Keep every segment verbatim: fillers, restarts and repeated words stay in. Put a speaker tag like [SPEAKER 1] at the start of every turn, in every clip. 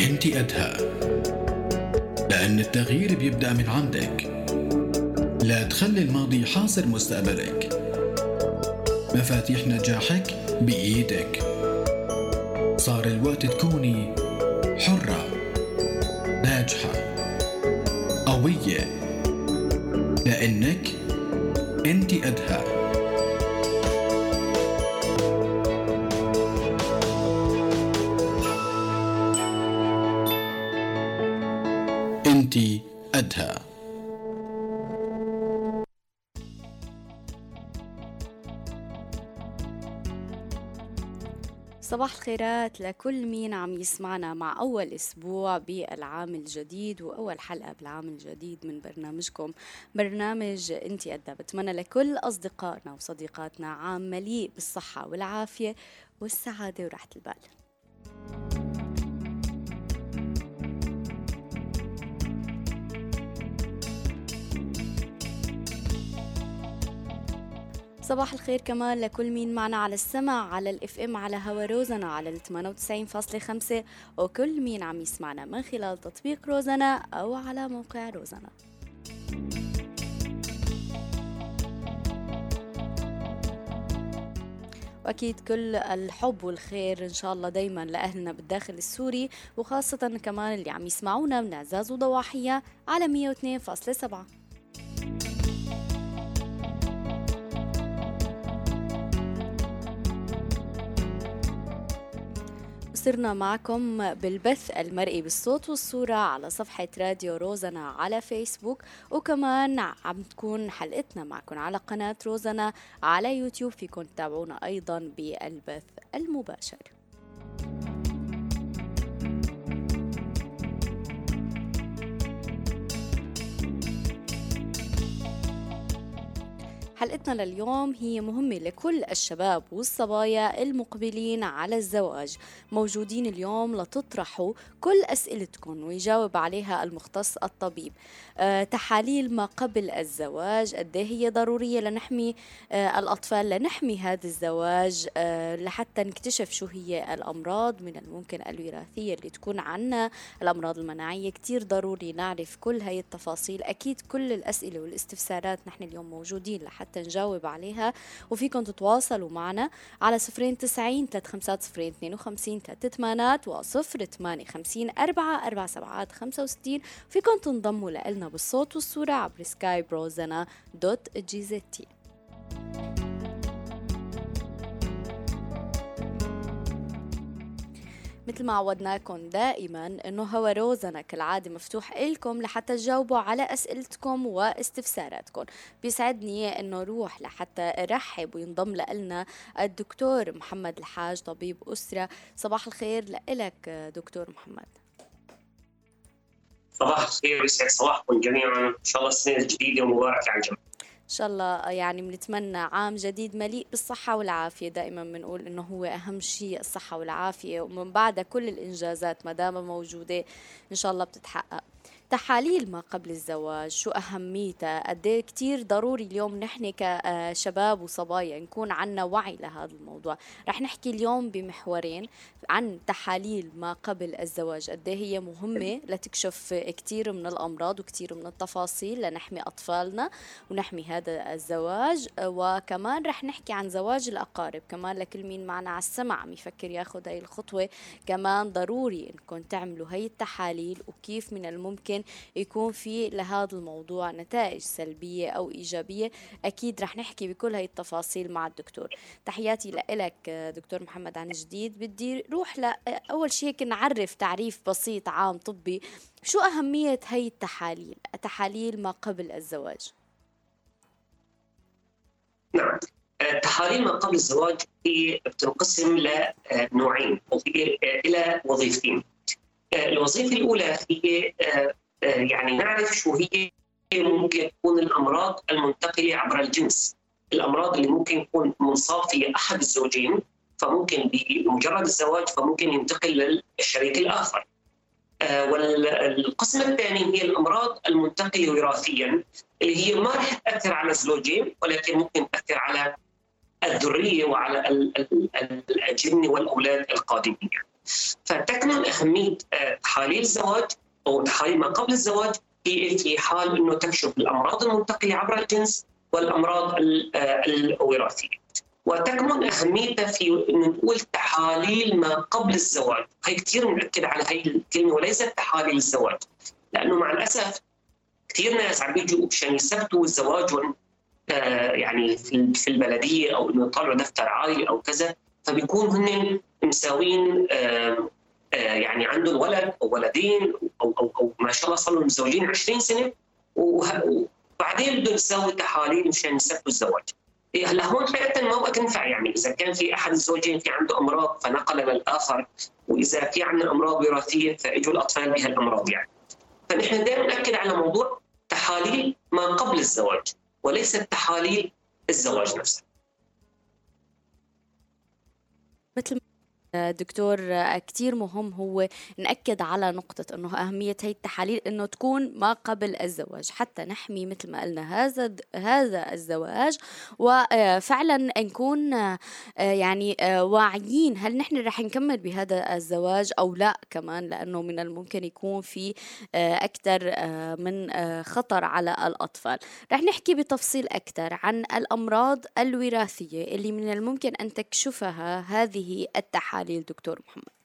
[SPEAKER 1] انت قدها، لأن التغيير بيبدأ من عندك. لا تخلي الماضي حاصر مستقبلك. مفاتيح نجاحك بإيدك. صار الوقت تكوني حرة، ناجحة، قوية، لأنك انت قدها. انت قدها.
[SPEAKER 2] صباح الخيرات لكل مين عم يسمعنا مع أول أسبوع بالعام الجديد وأول حلقة بالعام الجديد من برنامجكم برنامج انتي قدها. بتمنى لكل أصدقائنا وصديقاتنا عام مليء بالصحة والعافية والسعادة وراحة البال. صباح الخير كمان لكل مين معنا على السمع على الاف ام على هوا روزنا على ال ثمانية وتسعين فاصلة خمسة، وكل مين عم يسمعنا من خلال تطبيق روزنا او على موقع روزنا. واكيد كل الحب والخير ان شاء الله دايما لاهلنا بالداخل السوري، وخاصه كمان اللي عم يسمعونا من اعزاز وضواحيه على مية واثنين فاصلة سبعة. صرنا معكم بالبث المرئي بالصوت والصورة على صفحة راديو روزنا على فيسبوك، وكمان عم تكون حلقتنا معكم على قناة روزنا على يوتيوب، فيكم تتابعونا أيضا بالبث المباشر. حلقتنا لليوم هي مهمة لكل الشباب والصبايا المقبلين على الزواج. موجودين اليوم لتطرحوا كل أسئلتكم ويجاوب عليها المختص الطبيب. أه تحاليل ما قبل الزواج قد هي ضرورية لنحمي أه الأطفال، لنحمي هذا الزواج، أه لحتى نكتشف شو هي الأمراض من الممكن الوراثية اللي تكون عنا، الأمراض المناعية. كتير ضروري نعرف كل هاي التفاصيل. أكيد كل الأسئلة والاستفسارات نحن اليوم موجودين لحتى نجاوب عليها، وفيكم تتواصلوا معنا على صفرين تسعين ثلاثة خمسات صفرين اثنين وخمسين ثلاثة ثمانات وصفر ثمانية خمسين أربعة أربعة سبعات خمسة وستين. فيكم تنضموا لنا بالصوت والصورة عبر سكاي بروزنا دوت جي زد تي. مثل ما عودناكم دائما انه هوا روزنا كالعادة مفتوح إلكم لحتى تجاوبوا على أسئلتكم واستفساراتكم. بيسعدني انه روح لحتى ارحب وينضم لنا الدكتور محمد الحاج طبيب أسرة. صباح الخير لك دكتور محمد.
[SPEAKER 3] صباح الخير، يسعد صباحكم جميعا. ان شاء الله السنة الجديدة ومباركة على الجميع.
[SPEAKER 2] إن شاء الله يعني بنتمنى عام جديد مليء بالصحة والعافية. دائما بنقول إنه هو أهم شيء الصحة والعافية، ومن بعد كل الإنجازات ما دام موجودة إن شاء الله بتتحقق. تحاليل ما قبل الزواج شو أهميتها؟ قد ايه كتير ضروري اليوم نحن كشباب وصبايا نكون عنا وعي لهذا الموضوع. رح نحكي اليوم بمحورين عن تحاليل ما قبل الزواج، قد ايه هي مهمة لتكشف كتير من الأمراض وكتير من التفاصيل لنحمي أطفالنا ونحمي هذا الزواج. وكمان رح نحكي عن زواج الأقارب كمان لكل مين معنا على السمع عم يفكر ياخد هاي الخطوة. كمان ضروري إنكم تعملوا هاي التحاليل، وكيف من الممكن يكون في لهذا الموضوع نتائج سلبية أو إيجابية. أكيد رح نحكي بكل هاي التفاصيل مع الدكتور. تحياتي لك دكتور محمد عن جديد. بدي روح لأول شيء هيك نعرف تعريف بسيط عام طبي، شو أهمية هاي التحاليل، تحاليل ما قبل الزواج؟
[SPEAKER 3] نعم، التحاليل ما قبل الزواج هي بتنقسم لنوعين أو إلى وظيفتين. الوظيفة الأولى هي يعني نعرف شو هي ممكن تكون الأمراض المنتقلة عبر الجنس، الأمراض اللي ممكن يكون منصاب فيها أحد الزوجين، فممكن بمجرد الزواج فممكن ينتقل للشريك الآخر. والقسم الثاني هي الأمراض المنتقلة وراثيا، اللي هي ما راح تأثر على الزوجين ولكن ممكن تأثر على الذرية وعلى الأجنة والأولاد القادمين. فتكمن اهميه تحاليل الزواج او تحاليل ما قبل الزواج هي في حال انه تكشف الامراض المنتقله عبر الجنس والامراض الوراثيه. وتكمن اهميتها في انه نقول تحاليل ما قبل الزواج، هي كثير بنأكد على هي الكلمه وليست تحاليل الزواج، لانه مع الاسف كثير ناس عم بيجوا مشان يثبتوا الزواج يعني في في البلديه او انه يطلعوا دفتر عائلي او كذا، فبيكون هن مساوين يعني عندهم ولد او ولدين او او, أو ما شاء الله صار لهم متزوجين عشرين سنه وبعدين بدهم يسووا تحاليل مشان يثبتوا الزواج. هلا هون حقيقه ما بقى تنفع، يعني اذا كان في احد الزوجين في عنده امراض فنقل للاخر، واذا في عندنا امراض وراثيه فاجوا الاطفال بها الامراض يعني. فنحن دائما ناكد على موضوع تحاليل ما قبل الزواج وليس تحاليل الزواج نفسه.
[SPEAKER 2] مثل دكتور كتير مهم هو نأكد على نقطة أنه أهمية هي التحاليل أنه تكون ما قبل الزواج حتى نحمي مثل ما قلنا هذا هذا الزواج، وفعلا نكون يعني واعيين هل نحن رح نكمل بهذا الزواج أو لا كمان، لأنه من الممكن يكون في أكثر من خطر على الأطفال. رح نحكي بتفصيل أكثر عن الأمراض الوراثية اللي من الممكن أن تكشفها هذه التحاليل دكتور محمد.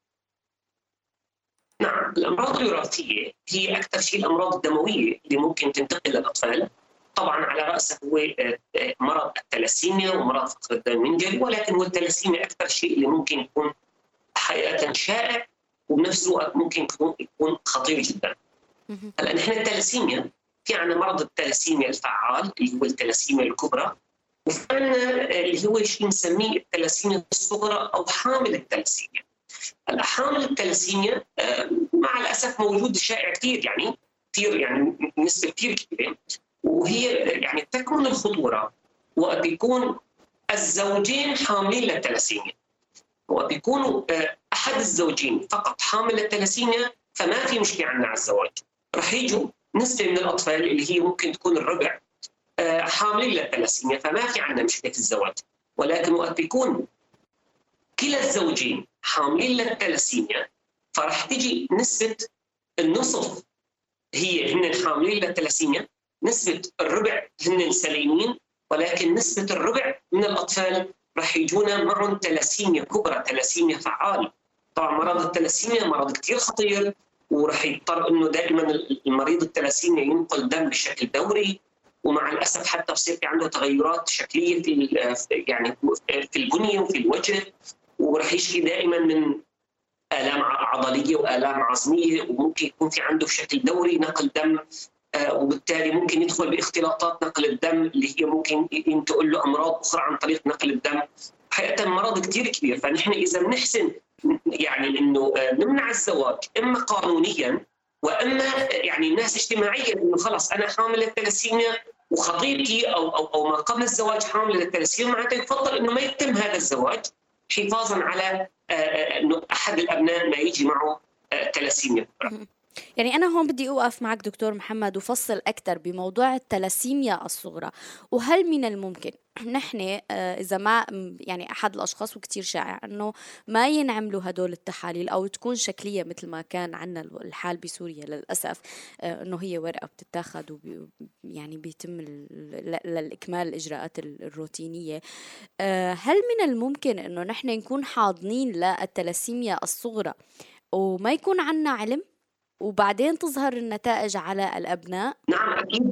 [SPEAKER 3] نعم، الأمراض الوراثية هي أكثر شيء الأمراض الدموية اللي ممكن تنتقل للأطفال. طبعا على رأسه هو مرض الثلاسيميا ومرض فقر الدم المنجلي، ولكن هو الثلاسيميا أكثر شيء اللي ممكن يكون حقيقة شائع وبنفس الوقت ممكن يكون خطير جدا. هلا نحن الثلاسيميا في عندنا مرض الثلاسيميا الفعال اللي هو الثلاسيميا الكبرى، وفي عندنا اللي هو شيء نسميه الثلاسيميا الصغرى او حامل الثلاسيميا. هلا حامل الثلاسيميا مع الاسف موجود شائع كثير، يعني كثير يعني نسبه كثير كبيره، وهي يعني تكمن الخطوره وقت يكون الزوجين حاملين للثلاسيميا. وقت يكونوا احد الزوجين فقط حامل للثلاسيميا فما في مشكله عندنا على الزواج، رح يجوا نسبه من الاطفال اللي هي ممكن تكون الربع حاملين للثلاسيميا فما في عندنا مشكله في الزواج. ولكن وقت يكون كلا الزوجين حاملين للثلاسيميا فرح تجي نسبه النصف هي هن حاملين للثلاسيميا، نسبه الربع هن سليمين، ولكن نسبه الربع من الاطفال رح يجونا معهم ثلاسيميا كبرى، ثلاسيميا فعال. طبعا مرض الثلاسيميا مرض كثير خطير، ورح يضطر انه دائما المريض الثلاسيميا ينقل دم بشكل دوري، ومع الاسف حتى بصير في عنده تغيرات شكليه في يعني في البنيه وفي الوجه، ورح يشكي دائما من الام عضليه والام عظميه، وممكن يكون في عنده بشكل دوري نقل دم، وبالتالي ممكن يدخل باختلاطات نقل الدم اللي هي ممكن ينتقل له امراض اخرى عن طريق نقل الدم. حقيقه مرض كثير كبير. فنحن اذا بنحسن يعني انه نمنع الزواج اما قانونيا واما يعني الناس اجتماعيا، انه خلص انا حامل الثلاسيميا وخطيبتي او او او ما قبل الزواج حامل الثلاسيميا، معناته يفضل انه ما يتم هذا الزواج حفاظا على انه احد الابناء ما يجي معه ثلاسيميا.
[SPEAKER 2] يعني أنا هون بدي أوقف معك دكتور محمد وفصل أكثر بموضوع الثلاسيميا الصغرى، وهل من الممكن نحن إذا ما يعني أحد الأشخاص وكتير شائع أنه ما ينعملوا هدول التحاليل أو تكون شكلية مثل ما كان عنا الحال بسوريا للأسف، أنه هي ورقة بتتاخد وبي يعني بيتم للإكمال الإجراءات الروتينية، هل من الممكن أنه نحن نكون حاضنين للثلاسيميا الصغرى وما يكون عنا علم وبعدين تظهر النتائج على الأبناء؟
[SPEAKER 3] نعم أكيد.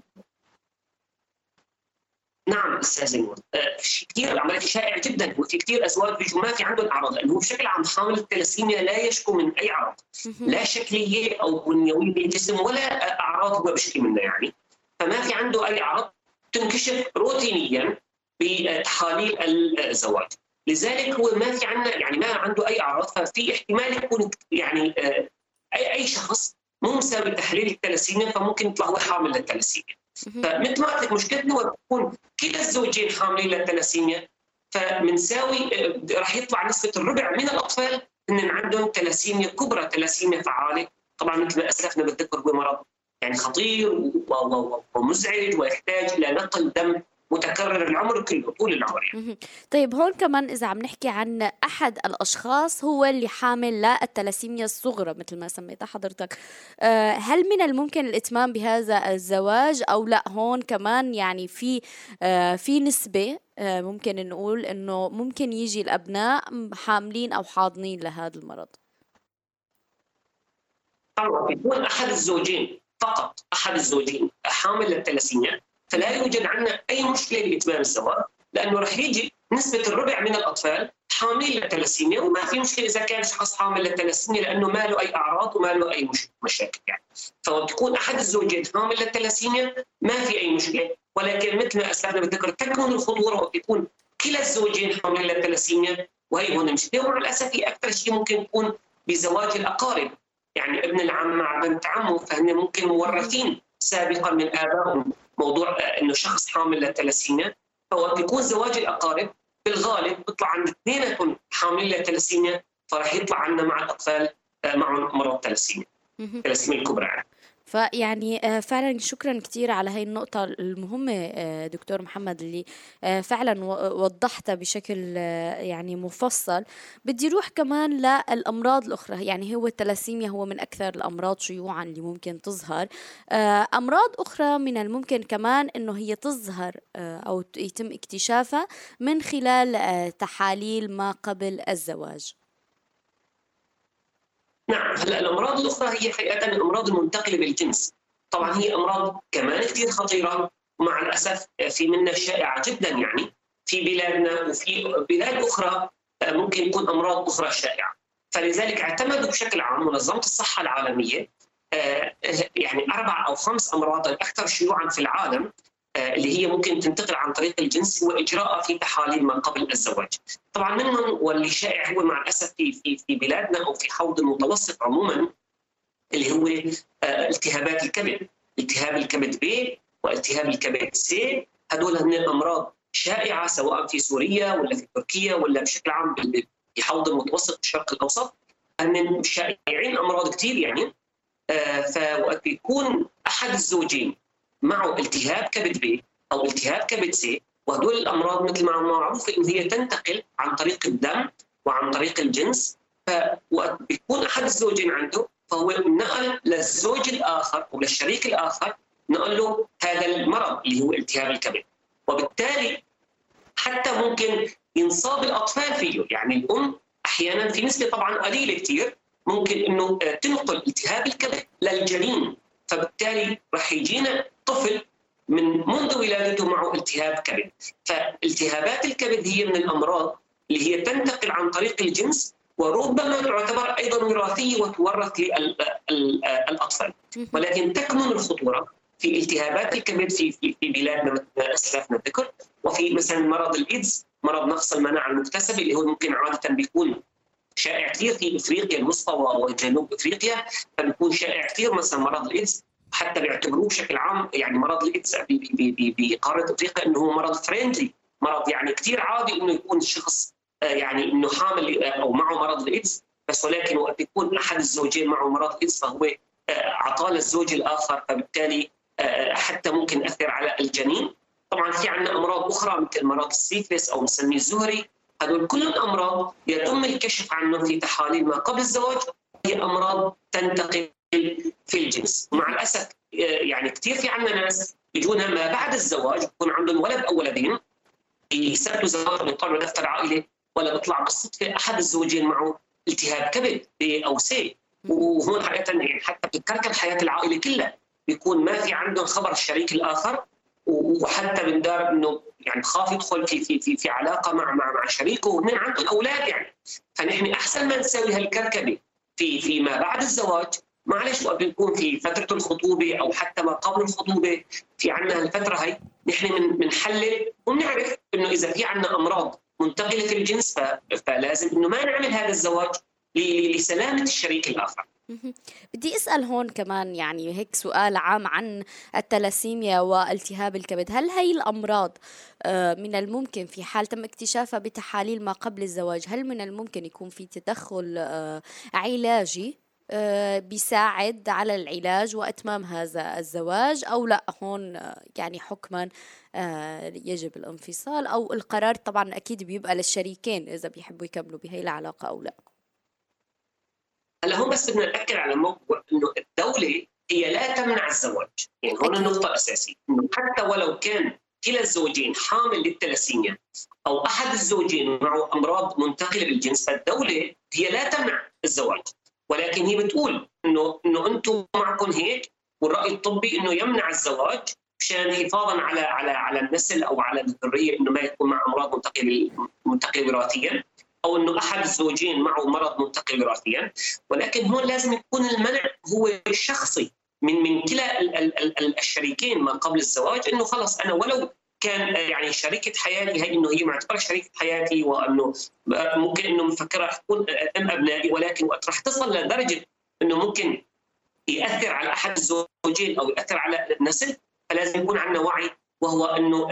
[SPEAKER 3] نعم أستاذ نور، كثير العملية شائع جدا، وفي كثير أزواج بيجوا ما في عندهم أعراض، لأنه بشكل عام حامل الثلاسيميا لا يشكو من أي أعراض، لا شكلية أو بنيوية بالجسم ولا أعراض هو بيشكي منها يعني، فما في عنده أي أعراض تنكشف روتينيا بتحاليل الزواج. لذلك هو ما في عندنا يعني ما عنده أي أعراض، ففي احتمال يكون يعني اي اي شخص مو مساوي تحليل الثلاسيميا فممكن يطلع هو حامل للثلاسيميا. فمثل ما قلت لك مشكلتنا هو تكون كلا الزوجين حاملين للثلاسيميا، فمنساوي راح يطلع نسبه الربع من الاطفال ان عندهم ثلاسيميا كبرى، ثلاسيميا فعاله. طبعا مثل ما اسلفنا بالذكر هو مرض يعني خطير ومزعج ويحتاج الى نقل دم متكرر العمر كله طول العمر يعني.
[SPEAKER 2] مهم. طيب هون كمان إذا عم نحكي عن أحد الأشخاص هو اللي حامل للثلاسيميا الصغرى مثل ما سميتها حضرتك، آه، هل من الممكن الإتمام بهذا الزواج أو لا؟ هون كمان يعني في آه، في نسبة آه، ممكن نقول إنه ممكن يجي الأبناء حاملين أو حاضنين لهذا المرض.
[SPEAKER 3] طبعا يكون احد الزوجين فقط، احد الزوجين حامل للثلاسيميا، فلا يوجد عندنا اي مشكله باتمام الزواج، لانه رح يجي نسبه الربع من الاطفال حاملين للثلاسيميا، وما في مشكله اذا كان شخص حامل للثلاسيميا لانه ما له اي اعراض وما له اي مش مشاكل يعني. فبتكون احد الزوجين حامل للثلاسيميا ما في اي مشكله، ولكن مثل ما اسلفنا بالذكر تكمن الخطوره ويكون كلا الزوجين حاملين للثلاسيميا، وهي هون المشكله. ومع الاسف هي اكثر شيء ممكن يكون بزواج الاقارب، يعني ابن العم مع بنت عمه، فهن ممكن مورثين سابقا من ابائهم موضوع انه شخص حامل للثلاسيميا. فوقت بيكون زواج الاقارب بالغالب بيطلع عند اثنيناتهم حاملين للثلاسيميا، فراح يطلع عنا مع الاطفال معهم مرض الثلاسيميا، الثلاسيميا الكبرى يعني.
[SPEAKER 2] فيعني فعلا شكرا كتير على هاي النقطة المهمة دكتور محمد اللي فعلا وضحتها بشكل يعني مفصل. بدي روح كمان للأمراض الأخرى، يعني هو الثلاسيميا هو من أكثر الأمراض شيوعا اللي ممكن تظهر. أمراض أخرى من الممكن كمان أنه هي تظهر أو يتم اكتشافها من خلال تحاليل ما قبل الزواج.
[SPEAKER 3] نعم، هلا الامراض الاخرى هي حقيقه الامراض المنتقله بالجنس، طبعا هي امراض كمان كثير خطيره، ومع الاسف في منها شائعه جدا يعني في بلادنا، وفي بلاد اخرى ممكن يكون امراض اخرى شائعه. فلذلك اعتمدوا بشكل عام منظمه الصحه العالميه يعني اربع او خمس امراض الاكثر شيوعا في العالم اللي هي ممكن تنتقل عن طريق الجنس واجراءها في تحاليل ما قبل الزواج. طبعا منهم واللي شائع هو مع الاسف في في في بلادنا او في حوض المتوسط عموما اللي هو التهابات الكبد، التهاب الكبد بي والتهاب الكبد سي. هذول هن امراض شائعه سواء في سوريا ولا في تركيا ولا بشكل عام في حوض المتوسط والشرق الاوسط، هن شائعين امراض كثير يعني. فوقت بيكون احد الزوجين معه التهاب كبد بي او التهاب كبد سي، وهدول الامراض مثل ما معروف انه هي تنتقل عن طريق الدم وعن طريق الجنس، فوقت بيكون احد الزوجين عنده فهو نقل للزوج الاخر او للشريك الاخر نقل له هذا المرض اللي هو التهاب الكبد، وبالتالي حتى ممكن ينصاب الاطفال فيه. يعني الام احيانا في نسبه طبعا قليله كثير ممكن انه تنقل التهاب الكبد للجنين، فبالتالي راح يجينا طفل من منذ ولادته معه التهاب كبد. فالتهابات الكبد هي من الامراض اللي هي تنتقل عن طريق الجنس، وربما تعتبر ايضا وراثيه وتورث للاطفال، ولكن تكمن الخطوره في التهابات الكبد في في في بلادنا مثل ما اسلفنا الذكر، وفي مثلا مرض الايدز، مرض نقص المناعه المكتسبه اللي هو ممكن عاده بيكون شائع كثير في افريقيا الوسطى وجنوب افريقيا، فبيكون شائع كثير مثلا مرض الايدز، حتى بيعتبروه بشكل عام يعني مرض الايدز بقاره افريقيا انه هو مرض فريندلي، مرض يعني كثير عادي انه يكون الشخص يعني انه حامل او معه مرض الايدز، بس ولكن وقت يكون احد الزوجين معه مرض الايدز فهو اعطاه للزوج الاخر، فبالتالي حتى ممكن ياثر على الجنين. طبعا في عندنا امراض اخرى مثل مرض السيفلس او نسميه الزهري، هذول كلهم امراض يتم الكشف عنهم في تحاليل ما قبل الزواج، هي امراض تنتقل في الجنس. ومع الاسف يعني كثير في عندنا ناس يجونا ما بعد الزواج يكون عندهم ولد او ولدين، يثبتوا زواج بيطلعوا دفتر عائله ولا بيطلع بالصدفه احد الزوجين معه التهاب كبد او سي، وهون حقيقه يعني حتى بتتكركب حياه العائله كلها، بيكون ما في عندهم خبر الشريك الاخر، وحتى بندار انه يعني خاف يدخل في في في في علاقه مع مع مع شريكه ومن عندهم اولاد يعني. فنحن احسن ما نسوي هالكركبه في في ما بعد الزواج، معلش وقت بنكون في فتره الخطوبه او حتى ما قبل الخطوبه، في عندنا هالفتره هي نحن من بنحلل وبنعرف انه اذا في عندنا امراض منتقله في الجنس فلازم انه ما نعمل هذا الزواج لسلامه الشريك الاخر.
[SPEAKER 2] بدي أسأل هون كمان يعني هيك سؤال عام عن الثلاسيميا والتهاب الكبد، هل هي الأمراض من الممكن في حال تم اكتشافها بتحاليل ما قبل الزواج، هل من الممكن يكون في تدخل علاجي بيساعد على العلاج وإتمام هذا الزواج، أو لا هون يعني حكما يجب الانفصال، أو القرار طبعا أكيد بيبقى للشريكين إذا بيحبوا يكملوا بهي العلاقة أو لا؟
[SPEAKER 3] هلا هون بس بدنا نأكد على موضوع إنه الدولة هي لا تمنع الزواج، يعني هون النقطة الأساسية إنه حتى ولو كان كلا الزوجين حامل للثلاسيميا أو أحد الزوجين معه أمراض منتقلة بالجنس، فالدولة هي لا تمنع الزواج، ولكن هي بتقول إنه إنه أنتم معكم هيك، والرأي الطبي إنه يمنع الزواج مشان حفاظا على على على النسل أو على الذرية، إنه ما يكون مع أمراض منتقلة منتقلة وراثيا، أو إنه أحد الزوجين معه مرض منتقل وراثيا. ولكن هون لازم يكون المنع هو الشخصي من من كلا الشريكين ما قبل الزواج، إنه خلص أنا ولو كان يعني شريكة حياتي هي إنه هي معتبرة شريكة حياتي، وإنه ممكن إنه مفكرة رح تكون أم أبنائي، ولكن وقت رح تصل لدرجة إنه ممكن يأثر على أحد الزوجين أو يأثر على النسل، فلازم يكون عندنا وعي، وهو إنه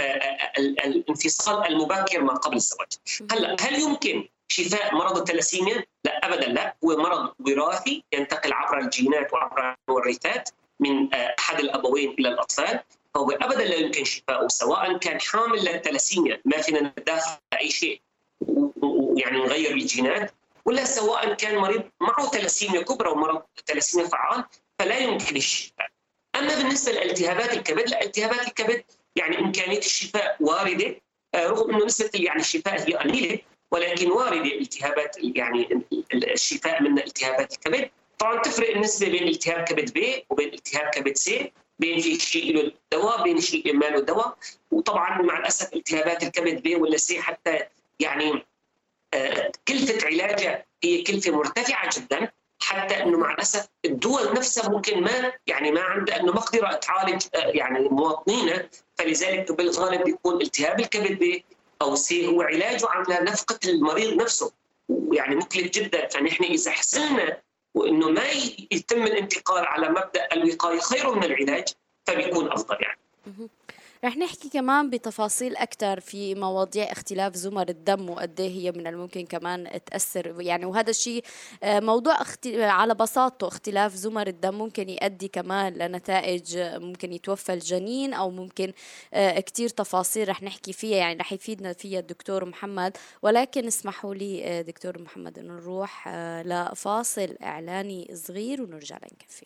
[SPEAKER 3] الانفصال المبكر ما قبل الزواج. هلا هل يمكن شفاء مرض الثلاسيميا؟ لا أبدا لا، هو مرض وراثي ينتقل عبر الجينات وعبر المورثات من أحد الأبوين إلى الأطفال، فهو أبدا لا يمكن شفاؤه، سواء كان حامل للثلاسيميا ما فينا ندافع أي شيء ويعني نغير الجينات، ولا سواء كان مريض معه ثلاسيميا كبرى ومرض ثلاسيميا فعال فلا يمكن الشفاء. أما بالنسبة لالتهابات الكبد، لا، التهابات الكبد يعني إمكانية الشفاء واردة، رغم أنه نسبة يعني الشفاء هي قليلة، ولكن واردة التهابات يعني الشفاء من التهابات الكبد. طبعا تفرق النسبة بين التهاب كبد بي وبين التهاب كبد سي، بين في شيء له دواء بين شيء ما له دواء. وطبعا مع الأسف التهابات الكبد بي ولا سي حتى يعني آه كلفة علاجها هي كلفة مرتفعة جدا، حتى انه مع الاسف الدول نفسها ممكن ما يعني ما عندها انه مقدره تعالج آه يعني مواطنينها، فلذلك بالغالب بيكون التهاب الكبد بي او سي هو علاجه على نفقه المريض نفسه، ويعني مكلف جدا. فنحن اذا حسنا وانه ما يتم الانتقال على مبدا الوقايه خير من العلاج فبيكون افضل يعني.
[SPEAKER 2] رح نحكي كمان بتفاصيل أكثر في مواضيع اختلاف زمر الدم وقد ايه هي من الممكن كمان تأثر يعني، وهذا الشيء موضوع اختل... على بساطته اختلاف زمر الدم ممكن يؤدي كمان لنتائج، ممكن يتوفى الجنين أو ممكن كتير تفاصيل رح نحكي فيها يعني رح يفيدنا فيها الدكتور محمد. ولكن اسمحوا لي دكتور محمد أنه نروح لفاصل إعلاني صغير ونرجع لنكفي.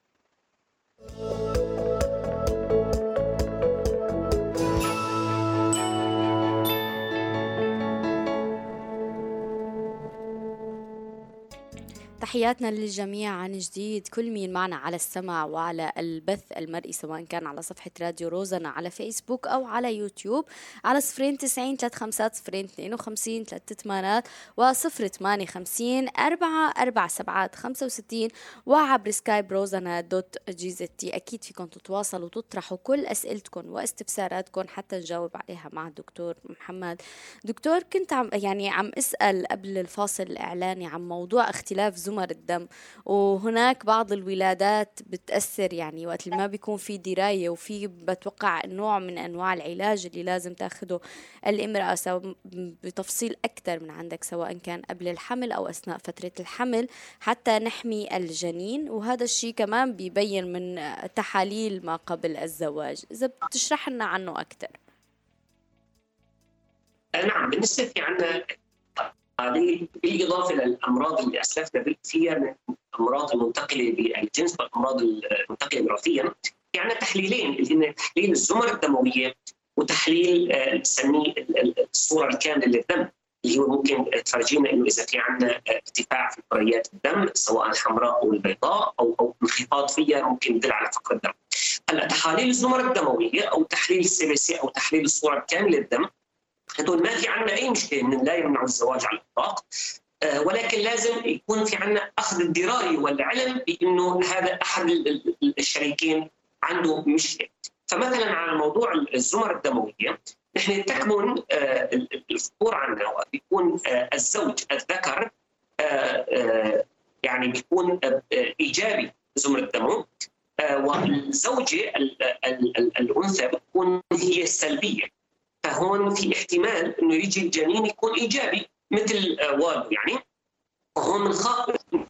[SPEAKER 2] تحياتنا للجميع عن جديد، كل مين معنا على السمع وعلى البث المرئي سواء كان على صفحة راديو روزانا على فيسبوك أو على يوتيوب على صفرين تسعين ثلاثة خمسات صفرين اثنين وخمسين ثلاثة ثمانات وصفر ثمانية خمسين أربعة أربعة سبعات خمسة وستين وعبر سكايب روزانا دوت جي زد تي. أكيد فيكم تتواصلوا وتطرحوا كل أسئلتكم واستفساراتكم حتى نجاوب عليها مع الدكتور محمد. دكتور كنت عم يعني عم أسأل قبل الفاصل الإعلاني عن موضوع اختلاف زمر الدم، وهناك بعض الولادات بتأثر يعني وقت اللي ما بيكون في دراية، وفي بتوقع نوع من أنواع العلاج اللي لازم تاخده الامرأة سواء بتفصيل أكثر من عندك سواء كان قبل الحمل أو أثناء فترة الحمل حتى نحمي الجنين، وهذا الشيء كمان بيبين من تحاليل ما قبل الزواج. إذا بتشرح لنا عنه أكثر.
[SPEAKER 3] نعم، بالنسبة في عندنا هذه بالإضافة للأمراض اللي أسلفنا فيها من الأمراض المنتقلة بالجنس والأمراض المنتقلة وراثيا، في عندنا تحليلين اللي هن تحليل الزمر الدموية وتحليل بنسميه الصورة الكاملة للدم، اللي هو ممكن تفرجينا إنه إذا في عندنا ارتفاع في كريات الدم سواء الحمراء أو البيضاء أو أو انخفاض فيها ممكن يدل على فقر الدم. هلا تحاليل الزمر الدموية أو تحليل السي بي سي أو تحليل الصورة الكاملة للدم هدول ما في عندنا أي مشكلة من لا يمنع الزواج على الإطلاق، آه ولكن لازم يكون في عندنا أخذ الدراية والعلم بأنه هذا أحد الشريكين عنده مشكلة. فمثلا على موضوع الزمر الدموية نحن تكمن آه الفطور عندنا وقت بيكون آه الزوج الذكر آه آه يعني بيكون آه إيجابي زمر الدموي، آه والزوجة الأنثى بتكون هي السلبية، فهون في احتمال انه يجي الجنين يكون ايجابي مثل والده يعني. وهون بنخاف انه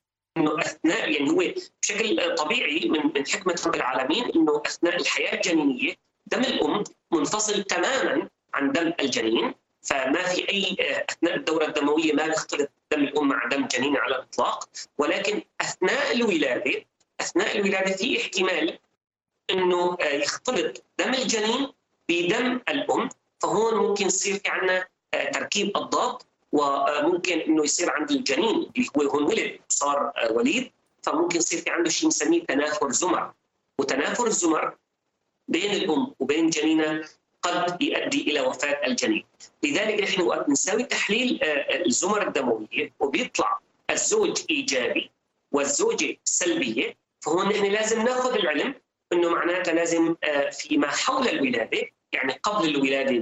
[SPEAKER 3] انه اثناء يعني هو بشكل طبيعي من من حكمه رب العالمين انه اثناء الحياه الجنينيه دم الام منفصل تماما عن دم الجنين، فما في اي اثناء الدوره الدمويه ما بيختلط دم الام مع دم الجنين على الاطلاق، ولكن اثناء الولاده اثناء الولاده في احتمال انه يختلط دم الجنين بدم الام، فهون ممكن يصير في عندنا تركيب اضداد، وممكن انه يصير عند الجنين اللي هو هون ولد صار وليد، فممكن يصير في عنده شيء نسميه تنافر زمر، وتنافر الزمر بين الام وبين جنينها قد يؤدي الى وفاه الجنين. لذلك نحن وقت نسوي تحليل الزمر الدمويه وبيطلع الزوج ايجابي والزوجه سلبيه، فهون نحن لازم ناخذ العلم انه معناتها لازم فيما حول الولاده، يعني قبل الولاده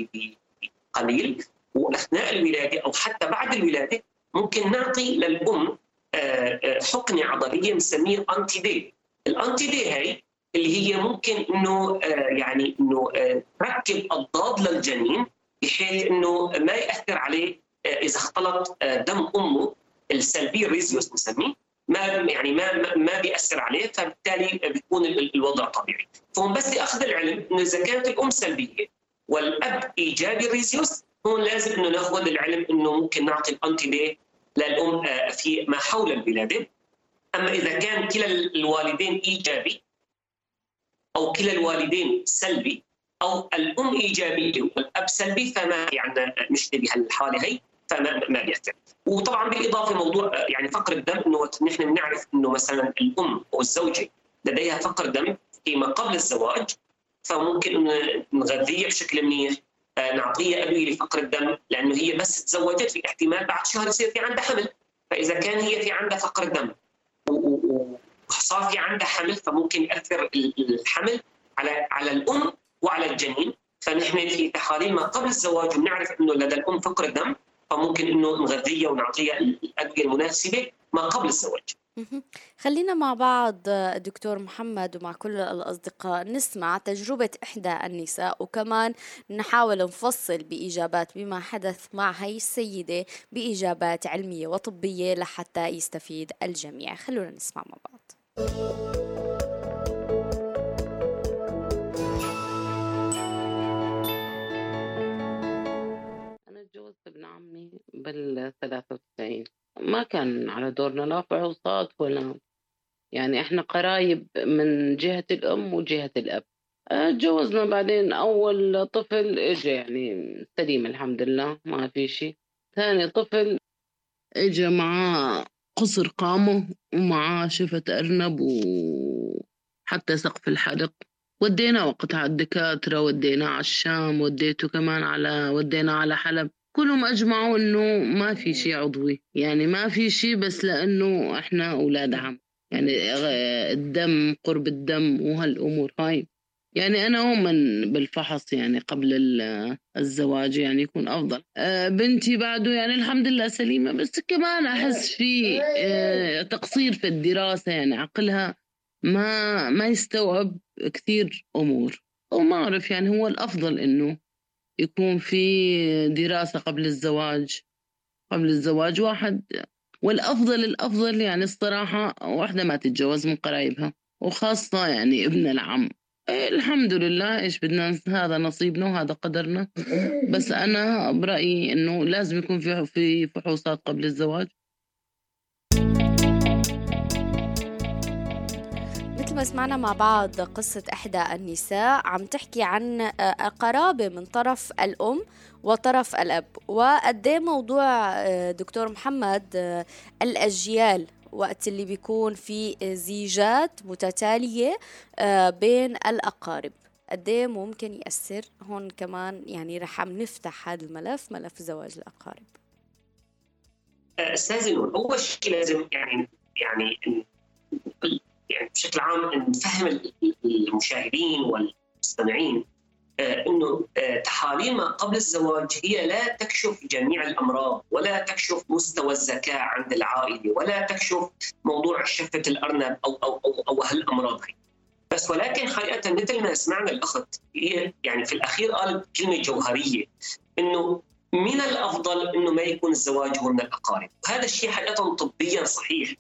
[SPEAKER 3] بقليل واثناء الولاده او حتى بعد الولاده ممكن نعطي للام حقنه عضليه بنسميها انتي دي. الانتي دي هي اللي هي ممكن انه يعني انه تركب اضداد للجنين بحيث انه ما ياثر عليه اذا اختلط دم امه السلبي الريزيوس بنسميه، ما يعني ما ما بياثر عليه، فبالتالي بيكون الوضع طبيعي. فهم بس اخذ العلم انه اذا كانت الام سلبيه والاب ايجابي الريزيوس، هون لازم انه ناخذ العلم انه ممكن نعطي الانتي دي للام في ما حول الولاده. اما اذا كان كلا الوالدين ايجابي او كلا الوالدين سلبي او الام ايجابيه والاب سلبي، فما في عندنا مشكله بهالحاله هي، فما ما بيأثر. وطبعا بالاضافه موضوع يعني فقر الدم، انه نحن بنعرف انه مثلا الام او الزوجه لديها فقر دم فيما قبل الزواج، فممكن نغذيها بشكل منيح، نعطيها ادويه لفقر الدم، لانه هي بس تزوجت في احتمال بعد شهر يصير في عندها حمل، فاذا كان هي في عندها فقر دم وصار في عندها حمل فممكن ياثر الحمل على على الام وعلى الجنين. فنحن في تحاليل ما قبل الزواج بنعرف انه لدى الام فقر دم، فممكن انه نغذيها ونعطيها الادويه المناسبه ما قبل الزواج.
[SPEAKER 2] خلينا مع بعض دكتور محمد ومع كل الأصدقاء نسمع تجربة إحدى النساء، وكمان نحاول نفصل بإجابات بما حدث مع هاي السيدة بإجابات علمية وطبية لحتى يستفيد الجميع. خلونا نسمع مع بعض.
[SPEAKER 4] أنا تجوزت ابن عمي بالثلاثة وتسعين، ما كان على دورنا لا فحوصات ولا يعني احنا قرايب من جهة الأم وجهة الأب. تجوزنا بعدين أول طفل اجى يعني سليم الحمد لله ما في شيء. ثاني طفل اجى معاه قصر قامه ومعاه شفة أرنب وحتى سقف الحلق. ودينا وقتها على الدكاترة، ودينا على الشام، وديته كمان على ودينا على حلب. كلهم أجمعوا إنه ما في شيء عضوي، يعني ما في شيء، بس لأنه إحنا أولاد عم يعني الدم قرب الدم وهالأمور هاي. يعني أنا أؤمن بالفحص يعني قبل الزواج يعني يكون أفضل. بنتي بعده يعني الحمد لله سليمة، بس كمان أحس في تقصير في الدراسة، يعني عقلها ما ما يستوعب كثير أمور، وما أعرف يعني هو الأفضل إنه يكون في دراسة قبل الزواج قبل الزواج واحد، والأفضل الأفضل يعني الصراحة واحدة ما تتجوز من قرايبها، وخاصة يعني ابن العم. الحمد لله إيش بدنا، هذا نصيبنا وهذا قدرنا. بس أنا برأيي إنه لازم يكون في في فحوصات قبل الزواج.
[SPEAKER 2] مثل ما سمعنا مع بعض قصة إحدى النساء عم تحكي عن قرابة من طرف الأم وطرف الأب، وقديه موضوع دكتور محمد الأجيال وقت اللي بيكون في زيجات متتالية بين الأقارب قديه ممكن يأثر. هون كمان يعني رح عم نفتح هذا الملف، ملف زواج الأقارب.
[SPEAKER 3] أستاذ نور، أول شيء لازم يعني يعني يعني بشكل عام نفهم المشاهدين والمستمعين انه تحاليل ما قبل الزواج هي لا تكشف جميع الامراض، ولا تكشف مستوى الذكاء عند العائله، ولا تكشف موضوع شفه الارنب او او او, أو هالامراض هي. بس ولكن حقيقه مثل ما سمعنا الاخت هي يعني في الاخير قالت كلمه جوهريه، انه من الافضل انه ما يكون الزواج هو من الاقارب. وهذا الشيء حقيقه طبيا صحيح،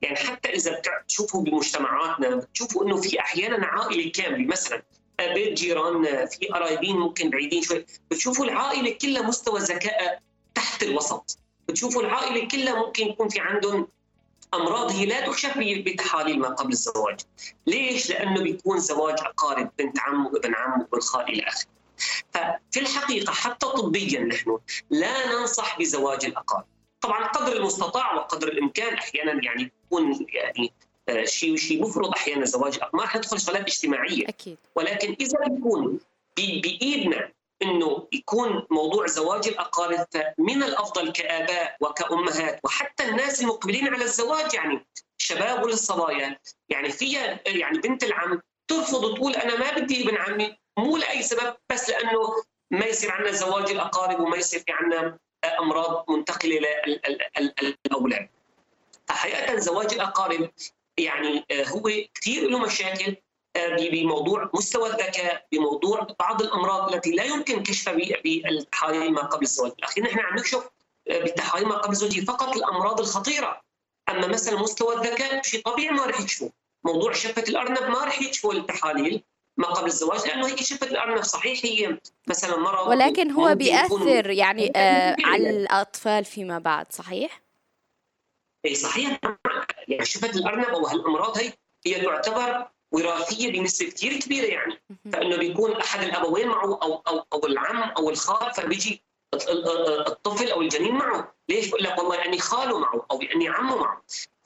[SPEAKER 3] يعني حتى اذا بتشوفوا بمجتمعاتنا بتشوفوا انه في احيانا عائله كامله، مثلا بيت جيران، في قرايبين ممكن بعيدين شوي، بتشوفوا العائله كلها مستوى ذكاء تحت الوسط، بتشوفوا العائله كلها ممكن يكون في عندهم امراض هي لا تكشف بتحاليل ما قبل الزواج. ليش؟ لانه بيكون زواج اقارب، بنت عم وابن عم وابن خال الى اخره. ففي الحقيقه حتى طبيا نحن لا ننصح بزواج الاقارب، طبعا قدر المستطاع وقدر الامكان. احيانا يعني يكون يعني شيء شيء مفرض احيانا زواج الاقارب، ما رح ندخل شغلات اجتماعيه اكيد، ولكن اذا يكون بايدنا انه يكون موضوع زواج الاقارب، فمن الافضل كاباء وكامهات وحتى الناس المقبلين على الزواج، يعني الشباب والصبايا، يعني فيها يعني بنت العم ترفض تقول انا ما بدي ابن عمي، مو لاي سبب، بس لانه ما يصير عندنا زواج الاقارب وما يصير في عندنا امراض منتقله للاولاد. فحقيقه زواج الاقارب يعني هو كثير له مشاكل بموضوع مستوى الذكاء، بموضوع بعض الامراض التي لا يمكن كشفها بالتحاليل ما قبل الزواج. الاخير نحن عم نكشف بالتحاليل ما قبل الزواج فقط الامراض الخطيره، اما مثلا مستوى الذكاء شيء طبيعي ما رح يكشفه. موضوع شفه الارنب ما رح يكشفه التحاليل ما قبل الزواج، لانه هي شفه الارنب صحيح هي مثلا مرض،
[SPEAKER 2] ولكن هو بيأثر يعني آه على الاطفال فيما بعد، صحيح؟
[SPEAKER 3] اي صحيح، يعني شفه الارنب او هالامراض هي هي تعتبر وراثيه بنسبه كثير كبيره، يعني فانه بيكون احد الابوين معه او او او العم او الخال، فبيجي الطفل او الجنين معه. ليش؟ بقول لك والله اني خاله معه او اني عمه معه.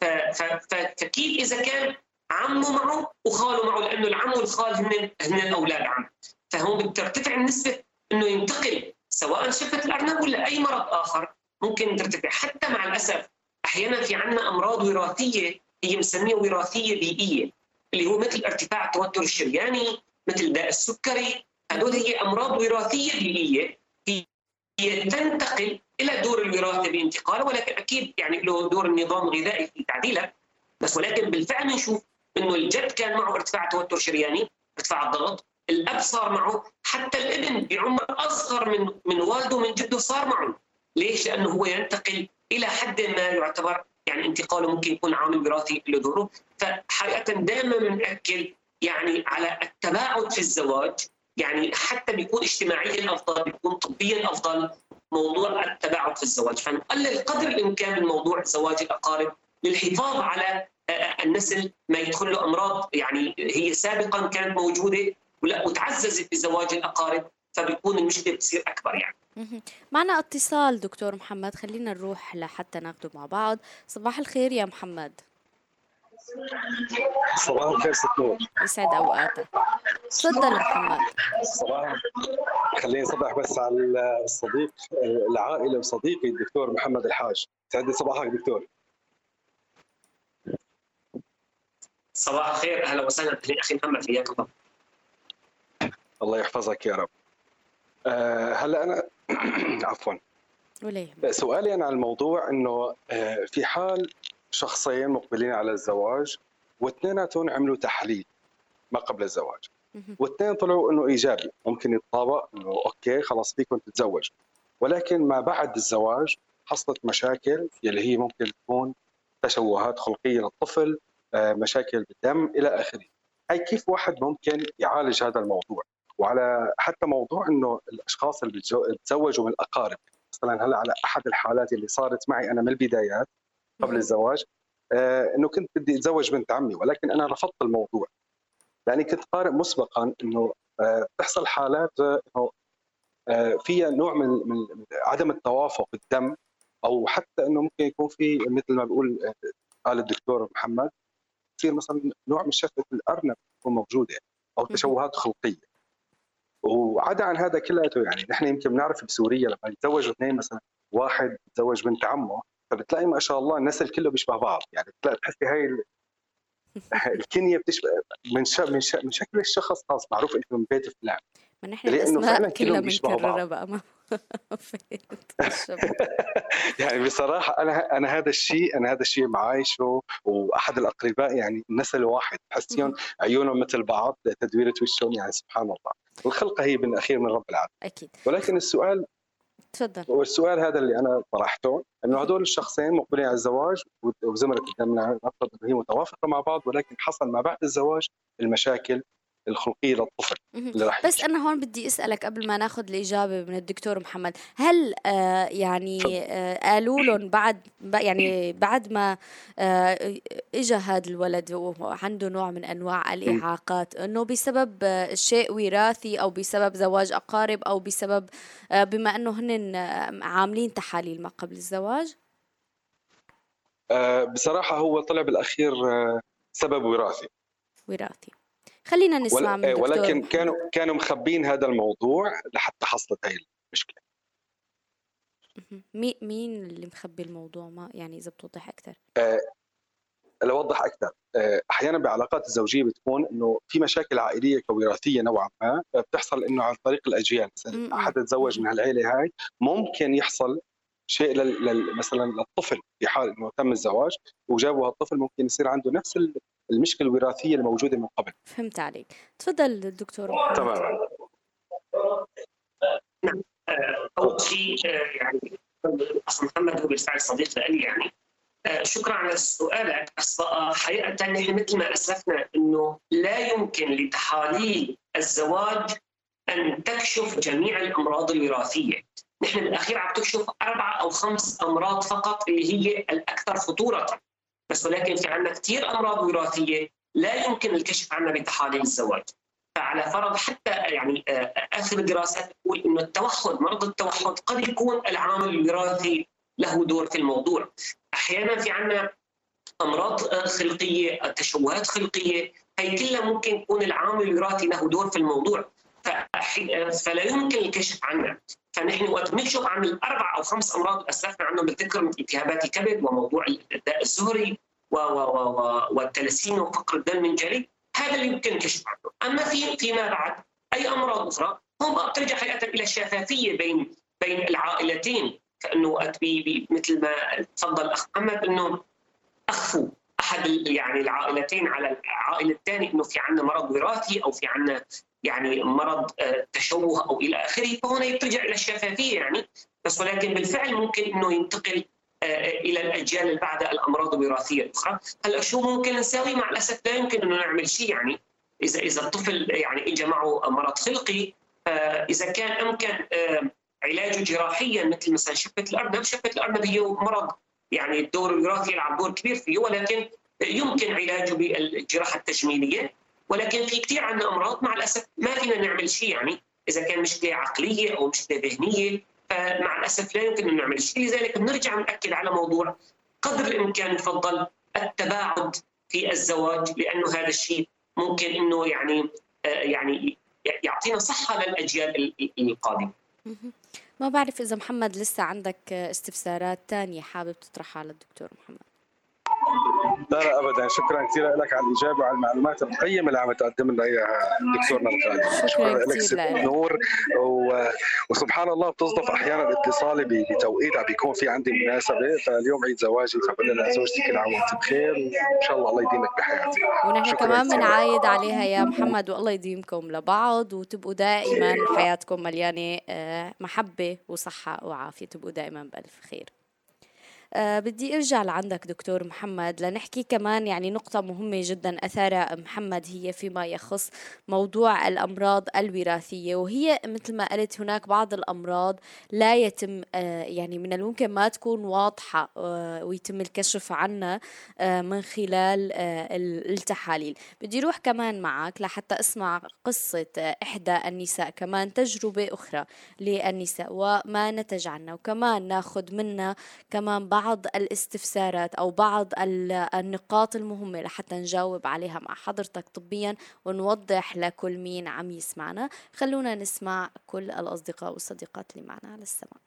[SPEAKER 3] فكيف اذا كان عمه معه وخاله معه، لانه العم والخال هن هن الاولاد عم، فهون بترتفع النسبه انه ينتقل سواء شفه الارنب ولا اي مرض اخر ممكن ترتفع. حتى مع الاسف احيانا في عندنا امراض وراثيه هي مسميها وراثيه بيئيه، اللي هو مثل ارتفاع التوتر الشرياني، مثل داء السكري. هذول هي امراض وراثيه بيئيه هي تنتقل الى دور الوراثه بانتقاله، ولكن اكيد يعني له دور النظام الغذائي في تعديلها. بس ولكن بالفعل نشوف انه الجد كان معه ارتفاع توتر شرياني، ارتفاع الضغط، الاب صار معه، حتى الابن بعمر اصغر من من والده من جده صار معه. ليش؟ لانه هو ينتقل الى حد ما يعتبر يعني انتقاله ممكن يكون عامل وراثي له دوره. فحقيقه دائما بنأكد يعني على التباعد في الزواج، يعني حتى بيكون اجتماعيا افضل، بيكون طبيا افضل موضوع التباعد في الزواج. فنقلل قدر الامكان من موضوع زواج الاقارب للحفاظ على النسل، ما يدخل له امراض يعني هي سابقا كانت موجوده وتعززت بزواج الاقارب، فبيكون المشكله بتصير اكبر يعني.
[SPEAKER 2] معنا اتصال دكتور محمد، خلينا نروح لحتى ناخده مع بعض. صباح الخير يا محمد.
[SPEAKER 5] صباح الخير ست نور.
[SPEAKER 2] يسعد اوقاتك. تفضل محمد.
[SPEAKER 5] صباح. خليني صباح بس على الصديق العائله وصديقي الدكتور محمد الحاج. سعد صباحك دكتور.
[SPEAKER 3] صباح الخير، اهلا وسهلا اخي محمد، حياك الله.
[SPEAKER 5] الله يحفظك يا رب. أه هلا انا عفوا
[SPEAKER 2] وليه؟
[SPEAKER 5] سؤالي انا على الموضوع انه أه في حال شخصين مقبلين على الزواج واثنيناتهم عملوا تحليل ما قبل الزواج، واثنين طلعوا انه ايجابي، ممكن يتطابق انه اوكي خلاص فيكم تتزوج، ولكن ما بعد الزواج حصلت مشاكل يلي هي ممكن تكون تشوهات خلقيه للطفل، أه مشاكل بالدم الى اخره. هي كيف واحد ممكن يعالج هذا الموضوع؟ وعلى حتى موضوع انه الاشخاص اللي بيتزوجوا من الاقارب، مثلا هلا على احد الحالات اللي صارت معي انا من البدايات قبل الزواج، آه انه كنت بدي اتزوج بنت عمي، ولكن انا رفضت الموضوع لاني كنت قارئ مسبقا انه آه بتحصل حالات انه آه فيها نوع من, من عدم التوافق الدم، او حتى انه ممكن يكون في مثل ما بقول آه قال الدكتور محمد، تصير مثلا نوع من شفه الارنب تكون موجوده او تشوهات خلقيه. وعدا عن هذا كلياته يعني نحن يمكن بنعرف بسوريا لما يتزوجوا اثنين، مثلا واحد يتزوج بنت عمه، فبتلاقي ما شاء الله النسل كله بيشبه بعض، يعني بتلاقي تحسي هاي الكنيه بتشبه من ش... من, ش... من شكل الشخص، خاص معروف انه من بيت فلان،
[SPEAKER 2] ما نحن الاسماء كلها بنكررها بقى ما
[SPEAKER 5] يعني بصراحه انا انا هذا الشيء انا هذا الشيء معايشه، واحد الاقرباء يعني نسل واحد تحسيهم عيونهم مثل بعض، تدويره وشهم، يعني سبحان الله الخلقه هي بالاخير من رب العالمين.
[SPEAKER 2] اكيد.
[SPEAKER 5] ولكن السؤال
[SPEAKER 2] تفضل.
[SPEAKER 5] والسؤال هذا اللي انا طرحته انه هدول الشخصين مقبلين على الزواج وزمرة قدامنا نفرض انه هي متوافقه مع بعض، ولكن حصل ما بعد الزواج المشاكل الخلقيه للطفل اللي راح
[SPEAKER 2] بس أنا هون بدي أسألك قبل ما ناخذ الإجابة من الدكتور محمد، هل آه يعني آه قالوا لهم بعد يعني بعد ما آه إجا هذا الولد وعنده نوع من أنواع الإعاقات إنه بسبب آه شيء وراثي أو بسبب زواج أقارب أو بسبب آه بما إنه هن عاملين تحاليل ما قبل الزواج؟
[SPEAKER 5] آه بصراحه هو طلع بالاخير آه سبب وراثي.
[SPEAKER 2] وراثي. خلينا نسمع من الدكتور
[SPEAKER 5] ولكن
[SPEAKER 2] محمد.
[SPEAKER 5] كانوا كانوا مخبين هذا الموضوع لحتى حصلت هاي المشكله.
[SPEAKER 2] مين مين اللي مخبي الموضوع؟ ما يعني اذا بتوضح اكثر.
[SPEAKER 5] أه لوضح اكثر، أه احيانا بعلاقات الزوجيه بتكون انه في مشاكل عائليه كوراثيه نوعا ما بتحصل انه عن طريق الاجيال، مثلا احد تزوج من هالعيله هاي ممكن يحصل شيء لل مثلا للطفل في حال انه تم الزواج وجابوا هالطفل ممكن يصير عنده نفس المشكله الوراثيه الموجوده من قبل.
[SPEAKER 2] فهمت عليك. تفضل دكتور محمد.
[SPEAKER 5] تماما.
[SPEAKER 3] نعم. اول شيء يعني اخ محمد هو بالفعل صديق لي يعني. شكرا على سؤالك. بس حقيقه نحن مثل ما اسلفنا انه لا يمكن لتحاليل الزواج ان تكشف جميع الامراض الوراثيه. نحن بالاخير عم تكشف اربع او خمس امراض فقط اللي هي الاكثر خطوره. بس ولكن في عندنا كثير امراض وراثيه لا يمكن الكشف عنها بتحاليل الزواج. فعلى فرض حتى يعني اخر الدراسات تقول انه التوحد، مرض التوحد قد يكون العامل الوراثي له دور في الموضوع. احيانا في عندنا امراض خلقيه، تشوهات خلقيه، هي كلها ممكن يكون العامل الوراثي له دور في الموضوع. فلا يمكن الكشف عنها. فنحن وقت بنكشف عن الاربع او خمس امراض اسلفنا عنهم بالذكر مثل التهابات الكبد وموضوع الداء الزهري والتلسين وفقر الدم المنجلي، هذا اللي يمكن الكشف عنه. اما في فيما بعد اي امراض اخرى هم بترجع حقيقه الى الشفافيه بين بين العائلتين. فانه وقت مثل ما تفضل الاخ محمد انه اخفوا احد يعني العائلتين على العائله الثانيه انه في عندنا مرض وراثي او في عندنا يعني مرض تشوه او الى اخره، فهنا بترجع الى الشفافيه يعني. بس ولكن بالفعل ممكن انه ينتقل الى الاجيال اللي بعدها الامراض الوراثيه الاخرى. هلا شو ممكن نسوي؟ مع الاسف لا يمكن انه نعمل شيء يعني. اذا اذا الطفل يعني اجى معه مرض خلقي، اذا كان امكن علاجه جراحيا مثل مثلا شفه الارنب، شفه الارنب هي مرض يعني الدور الوراثي يلعب دور كبير فيه، ولكن يمكن علاجه بالجراحه التجميليه. ولكن في كثير عندنا امراض مع الاسف ما فينا نعمل شيء يعني. اذا كان مشكله عقليه او مشكله ذهنيه فمع الاسف لا يمكن ان نعمل شيء. لذلك بنرجع ناكد على موضوع قدر الامكان يفضل التباعد في الزواج، لانه هذا الشيء ممكن انه يعني يعني يعطينا صحه للاجيال القادمه.
[SPEAKER 2] ما بعرف اذا محمد لسه عندك استفسارات ثانيه حابب تطرحها على الدكتور محمد.
[SPEAKER 5] لا لا ابدا، شكرا كثير لك على الاجابه وعلى المعلومات القيمه اللي عم تقدم لنا اياها دكتورنا الغالي.
[SPEAKER 2] شكرا لك ست
[SPEAKER 5] نور. و... وسبحان الله بتصدف احيانا اتصالي بتوقيت عم بيكون في عندي مناسبه، فاليوم عيد زواجي فبقول لها زوجتي كل عام وانت بخير وان شاء الله الله يديمك بحياتي.
[SPEAKER 2] ونحن كمان بنعايد عليها يا محمد، والله يديمكم لبعض وتبقوا دائما حياتكم مليانه محبه وصحه وعافيه، تبقوا دائما بالف خير. أه بدي ارجع لعندك دكتور محمد لنحكي كمان يعني نقطة مهمة جدا أثارها محمد، هي فيما يخص موضوع الأمراض الوراثية. وهي مثل ما قلت هناك بعض الأمراض لا يتم أه يعني من الممكن ما تكون واضحة أه ويتم الكشف عنها أه من خلال أه التحاليل. بدي روح كمان معك لحتى اسمع قصة أه إحدى النساء، كمان تجربة أخرى للنساء وما نتج عنها، وكمان ناخد منها كمان بعض الاستفسارات أو بعض النقاط المهمة لحتى نجاوب عليها مع حضرتك طبيا ونوضح لكل مين عم يسمعنا. خلونا نسمع كل الأصدقاء والصديقات اللي معنا على السماء.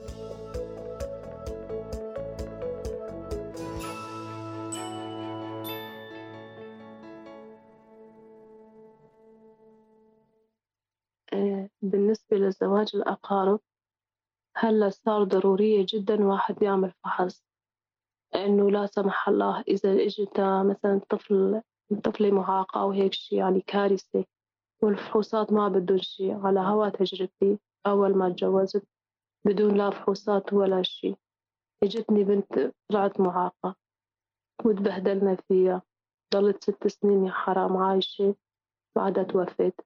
[SPEAKER 6] بالنسبة لزواج الأقارب هلا صار ضرورية جدا واحد يعمل فحص، إنه لا سمح الله إذا إجت مثلا طفل طفلة معاقة أو هيك شيء يعني كارثة، والفحوصات ما بدهم شيء. على هوا تجربتي أول ما تجوزت بدون لا فحوصات ولا شيء. اجتني بنت طلعت معاقة وتبهدلنا فيها، ضلت ست سنين يا حرام عايشة بعدها توفت.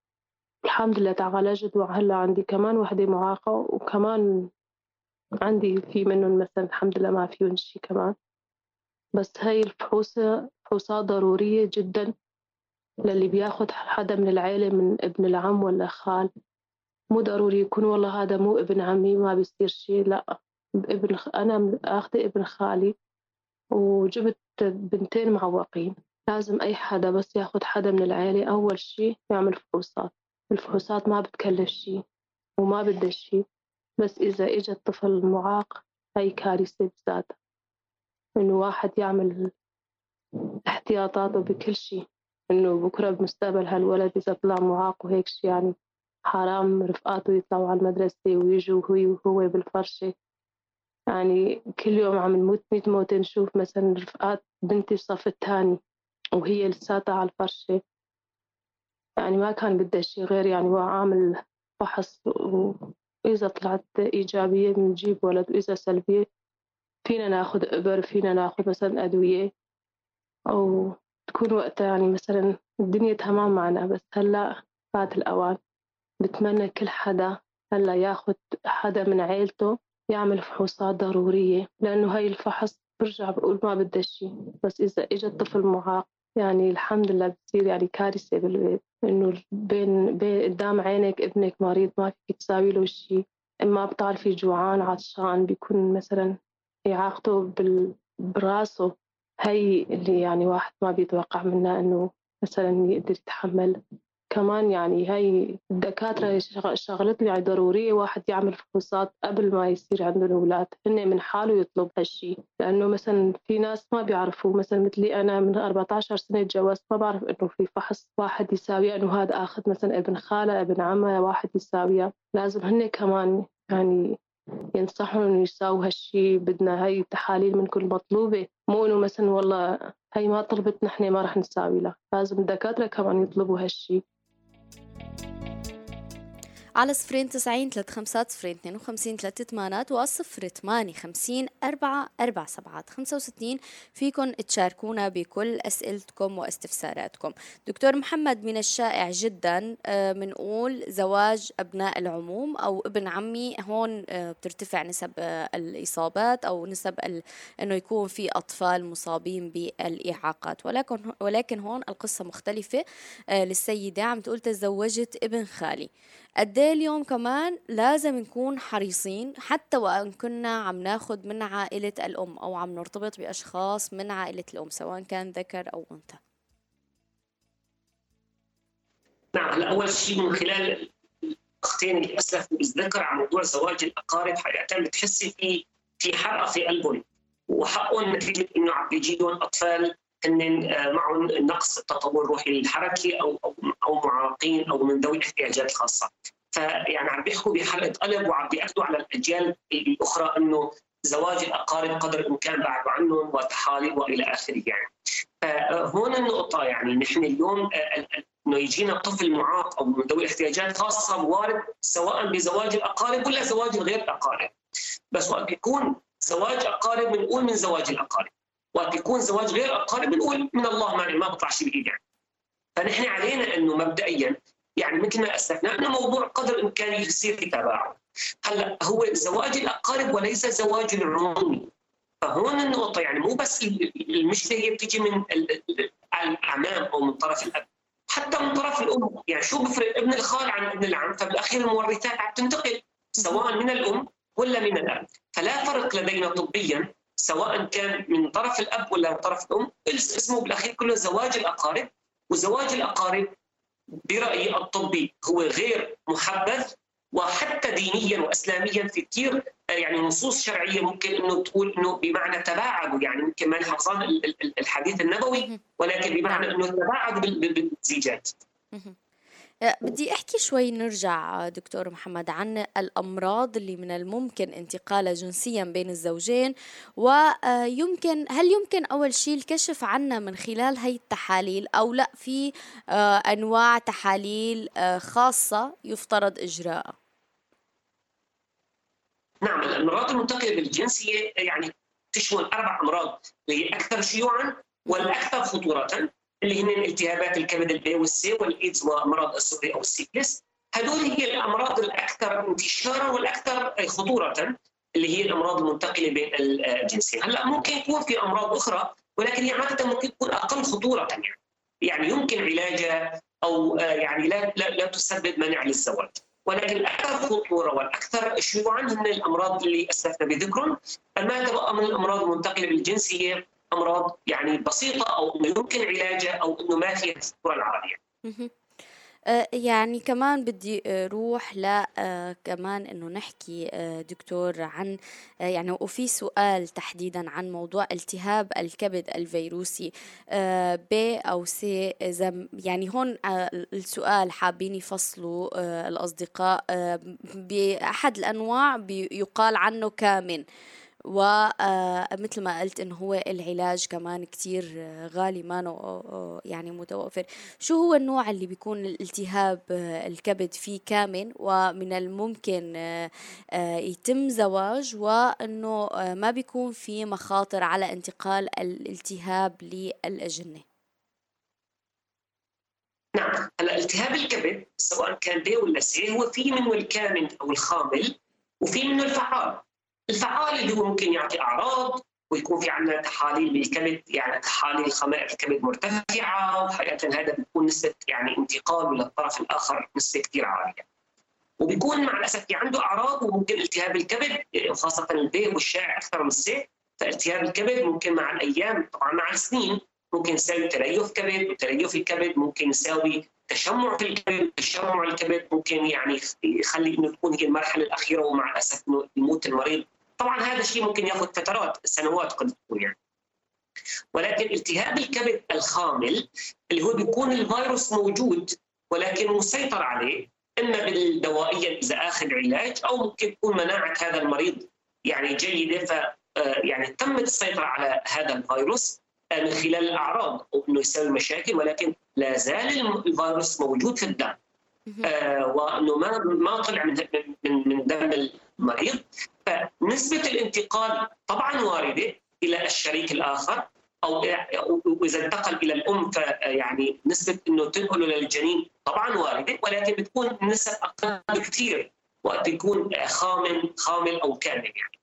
[SPEAKER 6] الحمد لله تعالجت، وهلا عندي كمان وحدة معاقة، وكمان عندي في منهم مثلا الحمد لله ما فيهم شيء كمان. بس هاي الفحوصة فحوصات ضرورية جدا للي بياخد حدا من العيلة، من ابن العم ولا خال. مو ضروري يكون والله هذا مو ابن عمي ما بيصير شيء، لا. ابن أنا أخذ ابن خالي وجبت بنتين معوقين. لازم أي حدا بس ياخد حدا من العيلة أول شيء يعمل فحوصات. الفحوصات ما بتكلف شيء وما بدها شيء، بس إذا إجا الطفل معاق هاي كارثة بذاتها. إنه واحد يعمل احتياطاته بكل شيء، إنه بكرة بمستقبل هالولد إذا طلع معاق وهيك شيء، يعني حرام رفقاته يطلعوا على المدرسة ويجوا وهو وهو بالفرشة. يعني كل يوم عم نموت ميت موت. نشوف مثلا رفقات بنتي الصف الثاني وهي لساتها على الفرشة. يعني ما كان بدها شيء غير يعني وعامل فحص، وإذا طلعت إيجابية بنجيب ولد، وإذا سلبية فينا ناخد إبر، فينا ناخد مثلا أدوية، أو تكون وقتها يعني مثلا الدنيا تمام معنا. بس هلا فات الأوان. بتمنى كل حدا هلا ياخد حدا من عيلته يعمل فحوصات ضرورية، لأنه هاي الفحص برجع بقول ما بدها شيء، بس إذا إجا الطفل معاق يعني الحمد لله بتصير يعني كارثة بالبيت. إنه بين بين قدام عينك ابنك مريض ما فيك تساوي له شيء، ما بتعرفي جوعان عطشان، بيكون مثلا إعاقته بال... براسه. هاي اللي يعني واحد ما بيتوقع منها إنه مثلا يقدر يتحمل. كمان يعني هاي الدكاترة شغلت لي يعني ضرورية واحد يعمل فحوصات قبل ما يصير عنده أولاد، هن من حاله يطلب هالشي. لأنه مثلا في ناس ما بيعرفوا، مثلا مثلي أنا من أربعة عشر سنة تجوزت ما بعرف إنه في فحص واحد يساوي إنه هذا أخذ مثلا ابن خالة ابن عمة واحد يساويها. لازم هن كمان يعني ينصحوا إنه يساووا هالشي. بدنا هاي التحاليل من كل مطلوبة، مو إنه مثلا والله هاي ما طلبت نحن ما رح نساوي لها. لازم الدكاترة كمان يطلبوا هالشي.
[SPEAKER 2] على صفرين تسعين ثلاث خمسات صفرين اثنين وخمسين ثلاث ثمانات والصفر ثمانية خمسين أربعة أربعة سبعات خمسة وستين فيكن تشاركونا بكل أسئلتكم واستفساراتكم. دكتور محمد، من الشائع جدا منقول زواج أبناء العموم أو ابن عمي، هون بترتفع نسب الإصابات أو نسب أنه يكون في أطفال مصابين بالإعاقات، ولكن ولكن هون القصة مختلفة. للسيدة عم تقول تزوجت ابن خالي. قد ايه اليوم كمان لازم نكون حريصين حتى وان كنا عم ناخد من عائلة الام او عم نرتبط باشخاص من عائلة الام سواء كان ذكر او انثى؟
[SPEAKER 3] نعم، اول شيء من خلال الاختين اللي اسلفوا بالذكر عن موضوع زواج الاقارب، حقيقه بتحسي في في حرقه في قلبهم، وحقهم نتيجه انه عم بيجيلهم اطفال هن معهم نقص التطور الروحي الحركي او او او معاقين او من ذوي الاحتياجات الخاصه. فيعني عم بيحكوا بحرقه قلب وعم بياكدوا على الاجيال الاخرى انه زواج الاقارب قدر الامكان بعدوا عنهم وتحاليل والى اخره. يعني فهون النقطه، يعني نحن اليوم انه يجينا طفل معاق او من ذوي احتياجات خاصه وارد سواء بزواج الاقارب ولا زواج غير الاقارب. بس وقت يكون زواج اقارب بنقول من زواج الاقارب، وقت يكون زواج غير اقارب بنقول من الله ما ما بيطلع شيء بايد. يعني فنحن علينا انه مبدئيا يعني مثل ما اسلفنا انه موضوع قدر الامكان يصير في تباعد. هلا هو زواج الاقارب وليس زواج العمومي. فهون النقطه، يعني مو بس المشكله هي بتيجي من الاعمام او من طرف الاب، حتى من طرف الام. يعني شو بفرق ابن الخال عن ابن العم؟ فبالاخير المورثات عم تنتقل سواء من الام ولا من الاب. فلا فرق لدينا طبيا سواء كان من طرف الاب ولا من طرف الام، اسمه بالاخير كله زواج الاقارب. وزواج الاقارب برايي الطبي هو غير محبذ، وحتى دينيا واسلاميا في كثير يعني نصوص شرعيه ممكن انه تقول انه بمعنى تباعدوا، يعني ممكن ما نحفظان الحديث النبوي، ولكن بمعنى انه تباعدوا بالزيجات.
[SPEAKER 2] بدي أحكي شوي، نرجع دكتور محمد عن الأمراض اللي من الممكن انتقالها جنسيا بين الزوجين، ويمكن هل يمكن أول شيء الكشف عنها من خلال هاي التحاليل أو لا في أنواع تحاليل خاصة يفترض إجراءها؟
[SPEAKER 3] نعم، الأمراض المنتقلة بالجنسية يعني تشمل أربع أمراض اللي هي أكثر شيوعاً والأكثر خطورة، اللي هن التهابات الكبد البي والسي والإيدز وأمراض السوري أو السيفلس. هذول هي الأمراض الأكثر انتشاراً والأكثر خطورة اللي هي الأمراض المنتقلة بين الجنسين. هلا ممكن يكون في أمراض أخرى ولكن هي عادة ممكن تكون أقل خطورة، يعني يعني يمكن علاجها أو يعني لا لا, لا تسبب منع للزواج. ولكن الأكثر خطورة والأكثر شيوعاً هن الأمراض اللي أسلفنا بذكرهم. ما تبقى من الأمراض المنتقلة بالجنسية أمراض يعني بسيطة أو إنه يمكن علاجها أو إنه ما فيها الخطورة العالية.
[SPEAKER 2] آه، يعني كمان بدي آه، روح لا آه، كمان انه نحكي آه، دكتور عن آه، يعني وفي سؤال تحديدا عن موضوع التهاب الكبد الفيروسي آه، ب او سي، إذا يعني هون آه، السؤال حابين يفصلوا آه، الاصدقاء آه، باحد الانواع بيقال عنه كامن، ومثل ما قلت انه هو العلاج كمان كتير آه، غالي، ما نو يعني متوفر. شو هو النوع اللي بيكون الالتهاب آه، الكبد فيه كامن ومن الممكن آه، آه، يتم زواج، وانه آه، ما بيكون في مخاطر على انتقال الالتهاب للأجنة؟
[SPEAKER 3] نعم، هلا التهاب الكبد سواء كان بي ولا سي هو في منه الكامن او الخامل وفي منه الفعال. الفعال اللي هو ممكن يعطي اعراض ويكون في عندنا تحاليل بالكبد، يعني تحاليل خمائر الكبد مرتفعه، وحقيقه هذا بيكون نسبه يعني انتقاله للطرف الاخر نسبه كثير عاليه. وبيكون مع الاسف في عنده اعراض وممكن التهاب الكبد وخاصه البي والشائع اكثر من السي. فالتهاب الكبد ممكن مع الايام طبعا مع السنين ممكن يساوي تليف كبد، وتليف الكبد ممكن يساوي تشمع في الكبد، تشمع الكبد ممكن يعني يخلي انه تكون هي المرحله الاخيره ومع الاسف انه يموت المريض. طبعا هذا الشيء ممكن ياخذ فترات سنوات قد تكون يعني. ولكن التهاب الكبد الخامل اللي هو بيكون الفيروس موجود ولكن مسيطر عليه اما بالدوائيا اذا اخذ علاج، او ممكن تكون مناعه هذا المريض يعني جيده، ف يعني تمت السيطره على هذا الفيروس من خلال الاعراض او انه يسوي مشاكل، ولكن لا زال الفيروس موجود في الدم آه وانه ما ما طلع من من من دم المريض. فنسبه الانتقال طبعا وارده الى الشريك الاخر، او اذا انتقل الى الام فيعني نسبه انه تنقله للجنين طبعا وارده، ولكن بتكون النسب اقل بكثير وقت يكون خامل خامل او كامل يعني.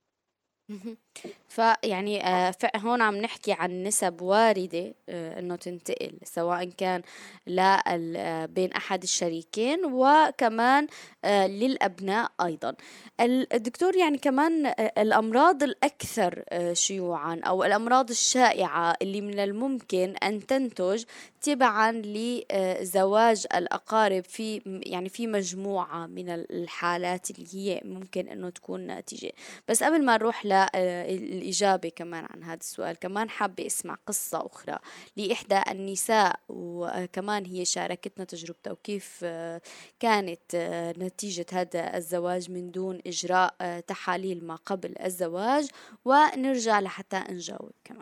[SPEAKER 2] فيعني آه هون عم نحكي عن نسب واردة آه انه تنتقل سواء كان لا بين احد الشريكين وكمان آه للابناء ايضا. الدكتور يعني كمان آه الامراض الاكثر آه شيوعا او الامراض الشائعة اللي من الممكن ان تنتج تبعا لزواج الاقارب في يعني في مجموعة من الحالات اللي هي ممكن انه تكون ناتجة. بس قبل ما نروح للإجابة كمان عن هذا السؤال، كمان حابة اسمع قصة أخرى لإحدى النساء وكمان هي شاركتنا تجربتها وكيف كانت نتيجة هذا الزواج من دون إجراء تحاليل ما قبل الزواج، ونرجع لحتى نجاوب كمان.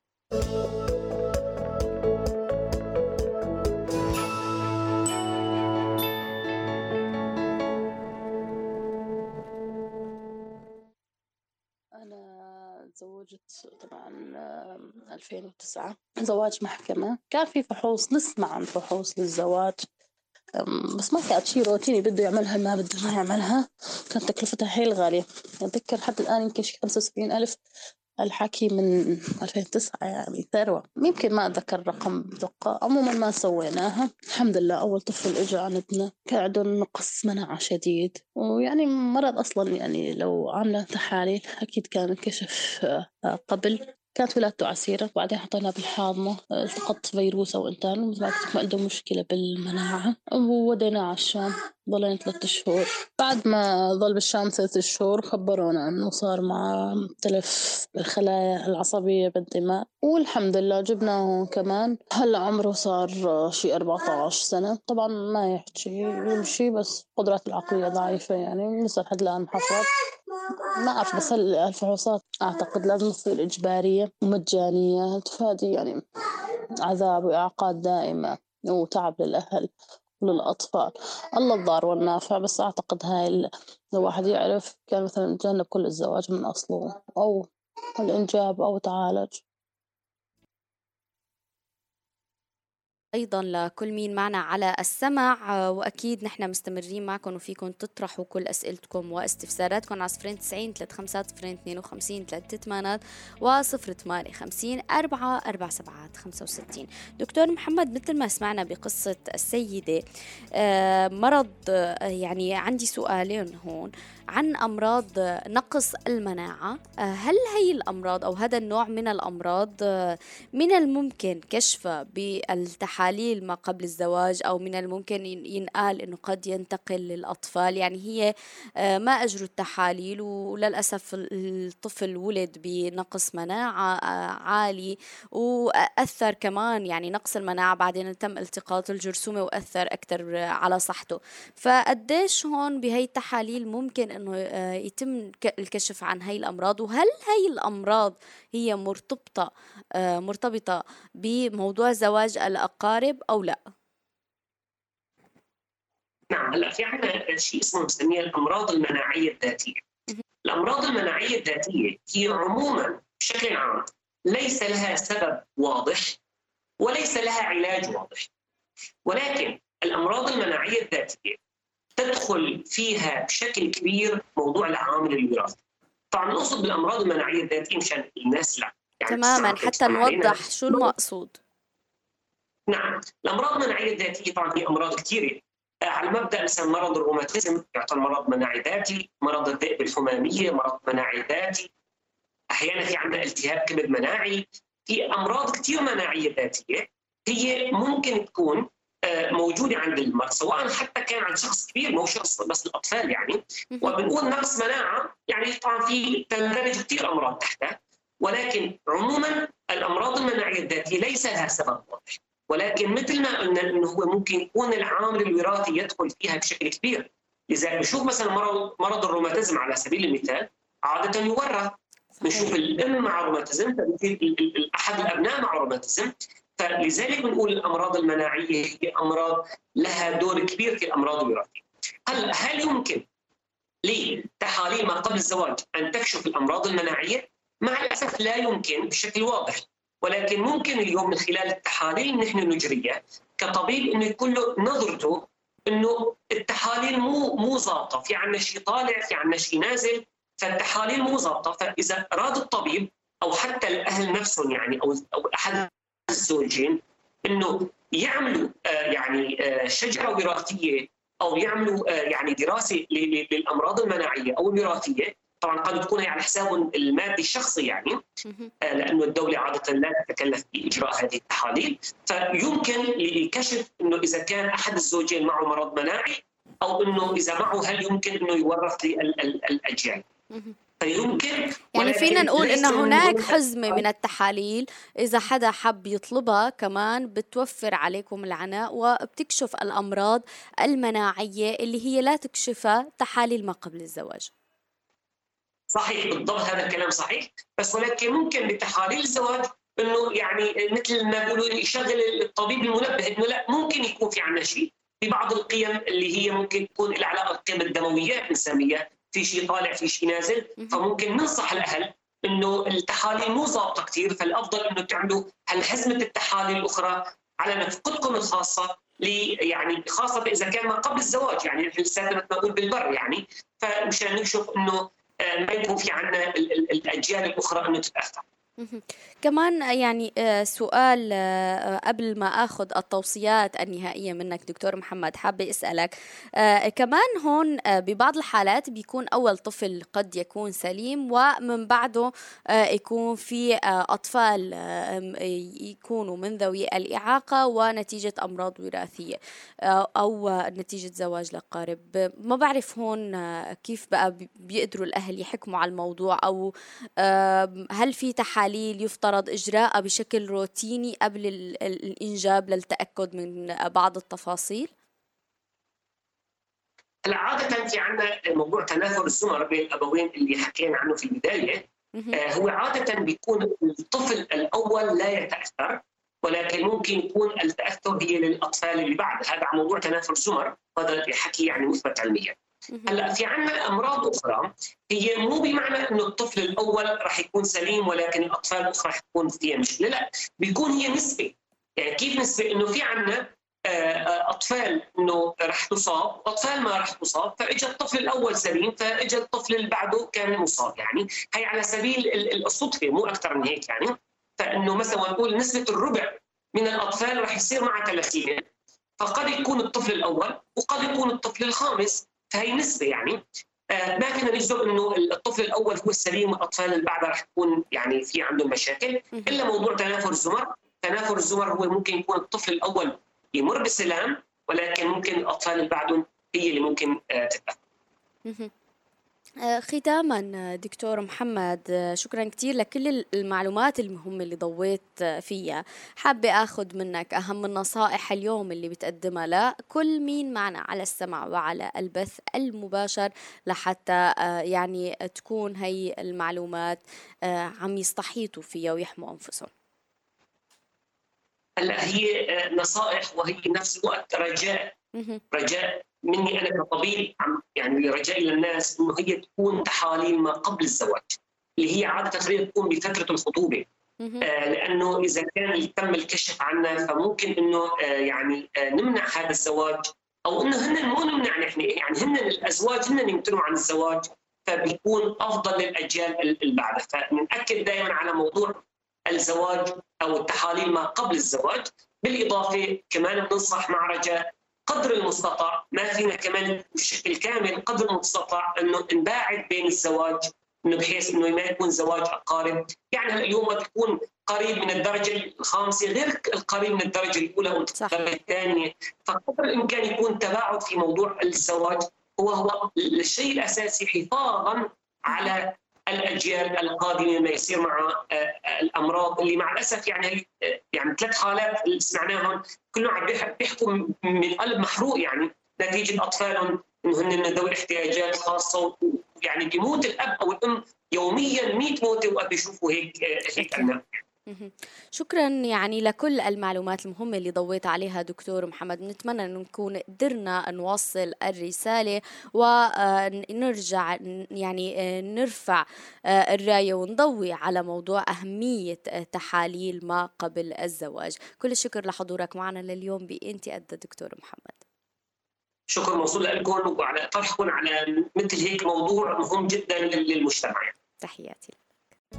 [SPEAKER 6] تزوجت طبعا ألفين وتسعة، زواج محكمة. كان في فحوص، نسمع عن فحوص للزواج بس ما كانت شيء روتيني بده يعملها ما بده ما يعملها. كانت تكلفتها حيل غالية، أتذكر حتى الآن يمكن شيء خمسة وسبعين ألف. الحكي من ألفين وتسعة يعني ثروة، يمكن ما أتذكر رقم دقة. عموما ما سويناها الحمد لله. أول طفل إجا عندنا كان عنده نقص مناعة شديد، ويعني مرض أصلا يعني لو عملنا تحاليل أكيد كان انكشف قبل. كانت ولادته عسيرة، وبعدين حطينا بالحاضنة التقط فيروس أو إنتان، ما عنده مشكلة بالمناعة، ووديناه على الشام ضلين ثلاثة شهور. بعد ما ظل بالشام ثلاثة شهور خبرونا إنه صار مع تلف الخلايا العصبية بالدماغ، والحمد لله جبناه كمان. هلا عمره صار شي أربعة عشر سنة. طبعا ما يحكي يمشي بس قدراته العقلية ضعيفة، يعني لسه لحد الآن محافظ. ما أعرف بس الفحوصات أعتقد لازم تصير إجبارية ومجانية، فهذه يعني عذاب وإعاقات دائمة وتعب للأهل. للأطفال. الله الضار والنافع، بس أعتقد هاي لو واحد يعرف كان مثلا يتجنب كل الزواج من أصله أو الإنجاب أو تعالج.
[SPEAKER 2] أيضا لكل مين معنا على السمع، وأكيد نحن مستمرين معكم وفيكم تطرحوا كل أسئلتكم واستفساراتكم على صفرين تسعين ثلاثة خمسة صفرين اثنين وخمسين ثلاثة ثمانية وصفر ثمانية خمسين أربعة أربعة سبعة خمسة وستين. دكتور محمد، مثل ما سمعنا بقصة السيدة مرض، يعني عندي سؤالين هون عن أمراض نقص المناعة. هل هي الأمراض أو هذا النوع من الأمراض من الممكن كشفها بالتحاليل ما قبل الزواج، أو من الممكن ينقال أنه قد ينتقل للأطفال؟ يعني هي ما أجروا التحاليل وللأسف الطفل ولد بنقص مناعة عالي، وأثر كمان يعني نقص المناعة بعدين تم التقاط الجرثومة وأثر أكثر على صحته. فقديش هون بهي التحاليل ممكن أنه يتم الكشف عن هاي الأمراض، وهل هاي الأمراض هي مرتبطة مرتبطة بموضوع زواج الأقارب أو لا؟
[SPEAKER 3] نعم، هلا في عندنا شيء اسمه نسميه الأمراض المناعية الذاتية. الأمراض المناعية الذاتية هي عموما بشكل عام ليس لها سبب واضح وليس لها علاج واضح، ولكن الأمراض المناعية الذاتية تدخل فيها بشكل كبير موضوع العامل الوراثي. طبعا نقصد بالأمراض المناعية الذاتية مشان الناس لا يعني
[SPEAKER 2] تماما حتى نوضح شو المقصود.
[SPEAKER 3] نعم، الأمراض المناعية الذاتية طبعا هي أمراض كثيرة، على مبدأ مثلا مرض الروماتيزم يعتبر مرض مناعي ذاتي، مرض الذئب الحمامية مرض مناعي ذاتي، أحيانا في عندنا التهاب كبد مناعي، في أمراض كثير مناعية ذاتية هي ممكن تكون موجودة عند المرض، سواء حتى كان عند شخص كبير مو شخص بس الأطفال يعني. وبنقول نقص مناعة يعني طبعا في تندرج كثير أمراض تحتها، ولكن عموما الأمراض المناعية الذاتية ليس لها سبب واضح، ولكن مثل ما قلنا انه هو ممكن يكون العامل الوراثي يدخل فيها بشكل كبير. لذلك نشوف مثلا مرض مرض الروماتيزم على سبيل المثال عاده يورث، بنشوف الام مع روماتيزم فبصير احد الابناء مع روماتيزم، فلذلك بنقول الامراض المناعيه هي امراض لها دور كبير في الامراض الوراثيه. هلا هل يمكن لتحاليل ما قبل الزواج ان تكشف الامراض المناعيه؟ مع الاسف لا يمكن بشكل واضح، ولكن ممكن اليوم من خلال التحاليل نحن نجريها كطبيب انه يكون له نظرته انه التحاليل مو مو ضابطه، في عندنا شيء طالع في عندنا شيء نازل، فالتحاليل مو ضابطه. فاذا اراد الطبيب او حتى الاهل نفسهم يعني او او احد الزوجين انه يعملوا آه يعني آه شجره وراثيه او يعملوا آه يعني دراسه للامراض المناعيه او الوراثيه، طبعا قد تكون على حساب المادي الشخصي يعني لانه الدوله عاده لا تتكلف باجراء هذه التحاليل، فيمكن لكشف انه اذا كان احد الزوجين معه مرض مناعي او انه اذا معه هل يمكن انه يورث للاجيال. فيمكن
[SPEAKER 2] يعني فينا نقول ان هناك حزمه من التحاليل اذا حدا حب يطلبها كمان بتوفر عليكم العناء وبتكشف الامراض المناعيه اللي هي لا تكشفها تحاليل ما قبل الزواج.
[SPEAKER 3] صحيح بالضبط، هذا الكلام صحيح، بس ولكن ممكن بتحاليل الزواج انه يعني مثل ما بيقولوا يشغل الطبيب المنبه انه لا ممكن يكون في عندنا شيء في بعض القيم اللي هي ممكن تكون لها علاقه بالقيم الدمويه بنسميها، في شيء طالع في شيء نازل، فممكن ننصح الاهل انه التحاليل مو ضابطه كثير، فالافضل انه تعملوا هالحزمه التحاليل الاخرى على نفقتكم الخاصه لي يعني خاصه اذا كان ما قبل الزواج، يعني نحن لساتنا مثل ما نقول بالبر يعني، فمشان نكشف انه ما يكون في عندنا الأجيال الأخرى أنه تتأثر.
[SPEAKER 2] كمان يعني سؤال قبل ما أخذ التوصيات النهائية منك دكتور محمد، حابة أسألك كمان هون ببعض الحالات بيكون أول طفل قد يكون سليم ومن بعده يكون في أطفال يكونوا من ذوي الإعاقة ونتيجة أمراض وراثية أو نتيجة زواج الأقارب. ما بعرف هون كيف بقى بيقدروا الأهل يحكموا على الموضوع، أو هل في تحاليل يفترض إجراءها بشكل روتيني قبل الإنجاب للتأكد من بعض التفاصيل؟
[SPEAKER 3] هلا عادة في عندنا موضوع تناثر الزمر بين الأبوين اللي حكينا عنه في البداية، آه هو عادة بيكون الطفل الأول لا يتأثر ولكن ممكن يكون التاثر هي للاطفال اللي بعد. هذا عن موضوع تنافر الزمر، هذا حكي يعني مثبت علميا. هلا في عندنا امراض اخرى هي مو بمعنى انه الطفل الاول راح يكون سليم ولكن الاطفال الاخرى راح تكون فيها مشكله، لا، بيكون هي نسبه. يعني كيف نسبه؟ انه في عندنا اطفال انه راح تصاب واطفال ما راح تصاب، فاجى الطفل الاول سليم فاجى الطفل اللي بعده كان مصاب. يعني هي على سبيل الصدفه مو اكثر من هيك. يعني فانه مثلا نقول نسبه الربع من الاطفال راح يصير معها ثلاثين، فقد يكون الطفل الاول وقد يكون الطفل الخامس، فهي نسبه. يعني آه ما فينا نجزم انه الطفل الاول هو السليم والاطفال اللي بعدها راح تكون يعني في عندهم مشاكل، الا موضوع تنافر الزمر. تنافر الزمر هو ممكن يكون الطفل الاول يمر بسلام، ولكن ممكن الاطفال اللي بعدهم هي اللي ممكن آه تتاثر.
[SPEAKER 2] ختاما دكتور محمد، شكرا كتير لكل المعلومات المهمة اللي ضويت فيها. حابة أخذ منك أهم النصائح اليوم اللي بتقدمها لكل مين معنا على السمع وعلى البث المباشر، لحتى يعني تكون هي المعلومات عم يستحيطوا فيها ويحموا أنفسهم.
[SPEAKER 3] هلا هي نصائح وهي نفس الوقت رجاء. رجاء مني انا كطبيب، يعني رجائي للناس انه هي تكون تحاليل ما قبل الزواج، اللي هي عاده تقريبا تكون بفتره الخطوبه. آه لانه اذا كان تم الكشف عنها فممكن انه آه يعني آه نمنع هذا الزواج، او انه هن مو نمنع نحن، يعني هن الازواج هن يمتنعوا عن الزواج، فبيكون افضل للاجيال اللي بعدها. فنأكد دائما على موضوع الزواج او التحاليل ما قبل الزواج. بالاضافه كمان بننصح مع رجاء قدر المستطاع، ما فينا كمان بشكل كامل قدر المستطاع انه نباعد بين الزواج، انه بحيث انه ما يكون زواج اقارب. يعني اليوم بتكون قريب من الدرجه الخامسه غير القريب من الدرجه الاولى والدرجه الثانيه، فقدر الامكان يكون تباعد في موضوع الزواج. هو هو الشيء الاساسي حفاظا على الاجيال القادمه ما يصير مع الامراض اللي مع الاسف يعني يعني ثلاث حالات اللي سمعناهم كلهم عم بيحكوا من قلب محروق، يعني نتيجه اطفالهم انه هن ذوي احتياجات خاصه، يعني بيموت الاب او الام يوميا مئة موته وقت بيشوفوا هيك هيك أنا.
[SPEAKER 2] شكرا يعني لكل المعلومات المهمة اللي ضويت عليها دكتور محمد. نتمنى أن نكون قدرنا نوصل الرسالة ونرجع يعني نرفع الراية ونضوي على موضوع أهمية تحاليل ما قبل الزواج. كل الشكر لحضورك معنا لليوم بإنتي قد دكتور محمد.
[SPEAKER 3] شكر موصول لكم وعلى طرحكم على مثل هيك موضوع مهم جدا للمجتمع.
[SPEAKER 2] تحياتي لك.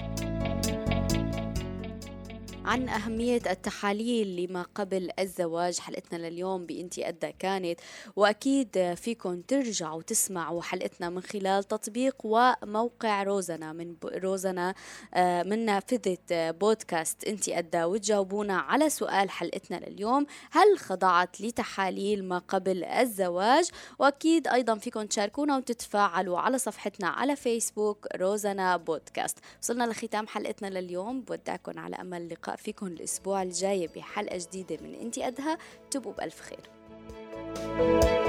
[SPEAKER 2] عن أهمية التحاليل لما قبل الزواج حلقتنا لليوم بإنتي قدها كانت، وأكيد فيكم ترجعوا تسمعوا حلقتنا من خلال تطبيق وموقع روزنا من روزنا من نافذة بودكاست إنتي قدها، وتجاوبونا على سؤال حلقتنا لليوم: هل خضعت لتحاليل ما قبل الزواج؟ وأكيد أيضا فيكم تشاركونا وتتفاعلوا على صفحتنا على فيسبوك روزنا بودكاست. وصلنا لختام حلقتنا لليوم، بودعكم على أمل لقاء فيكم الأسبوع الجاي بحلقة جديدة من إنتي قدها. تبقوا بألف خير.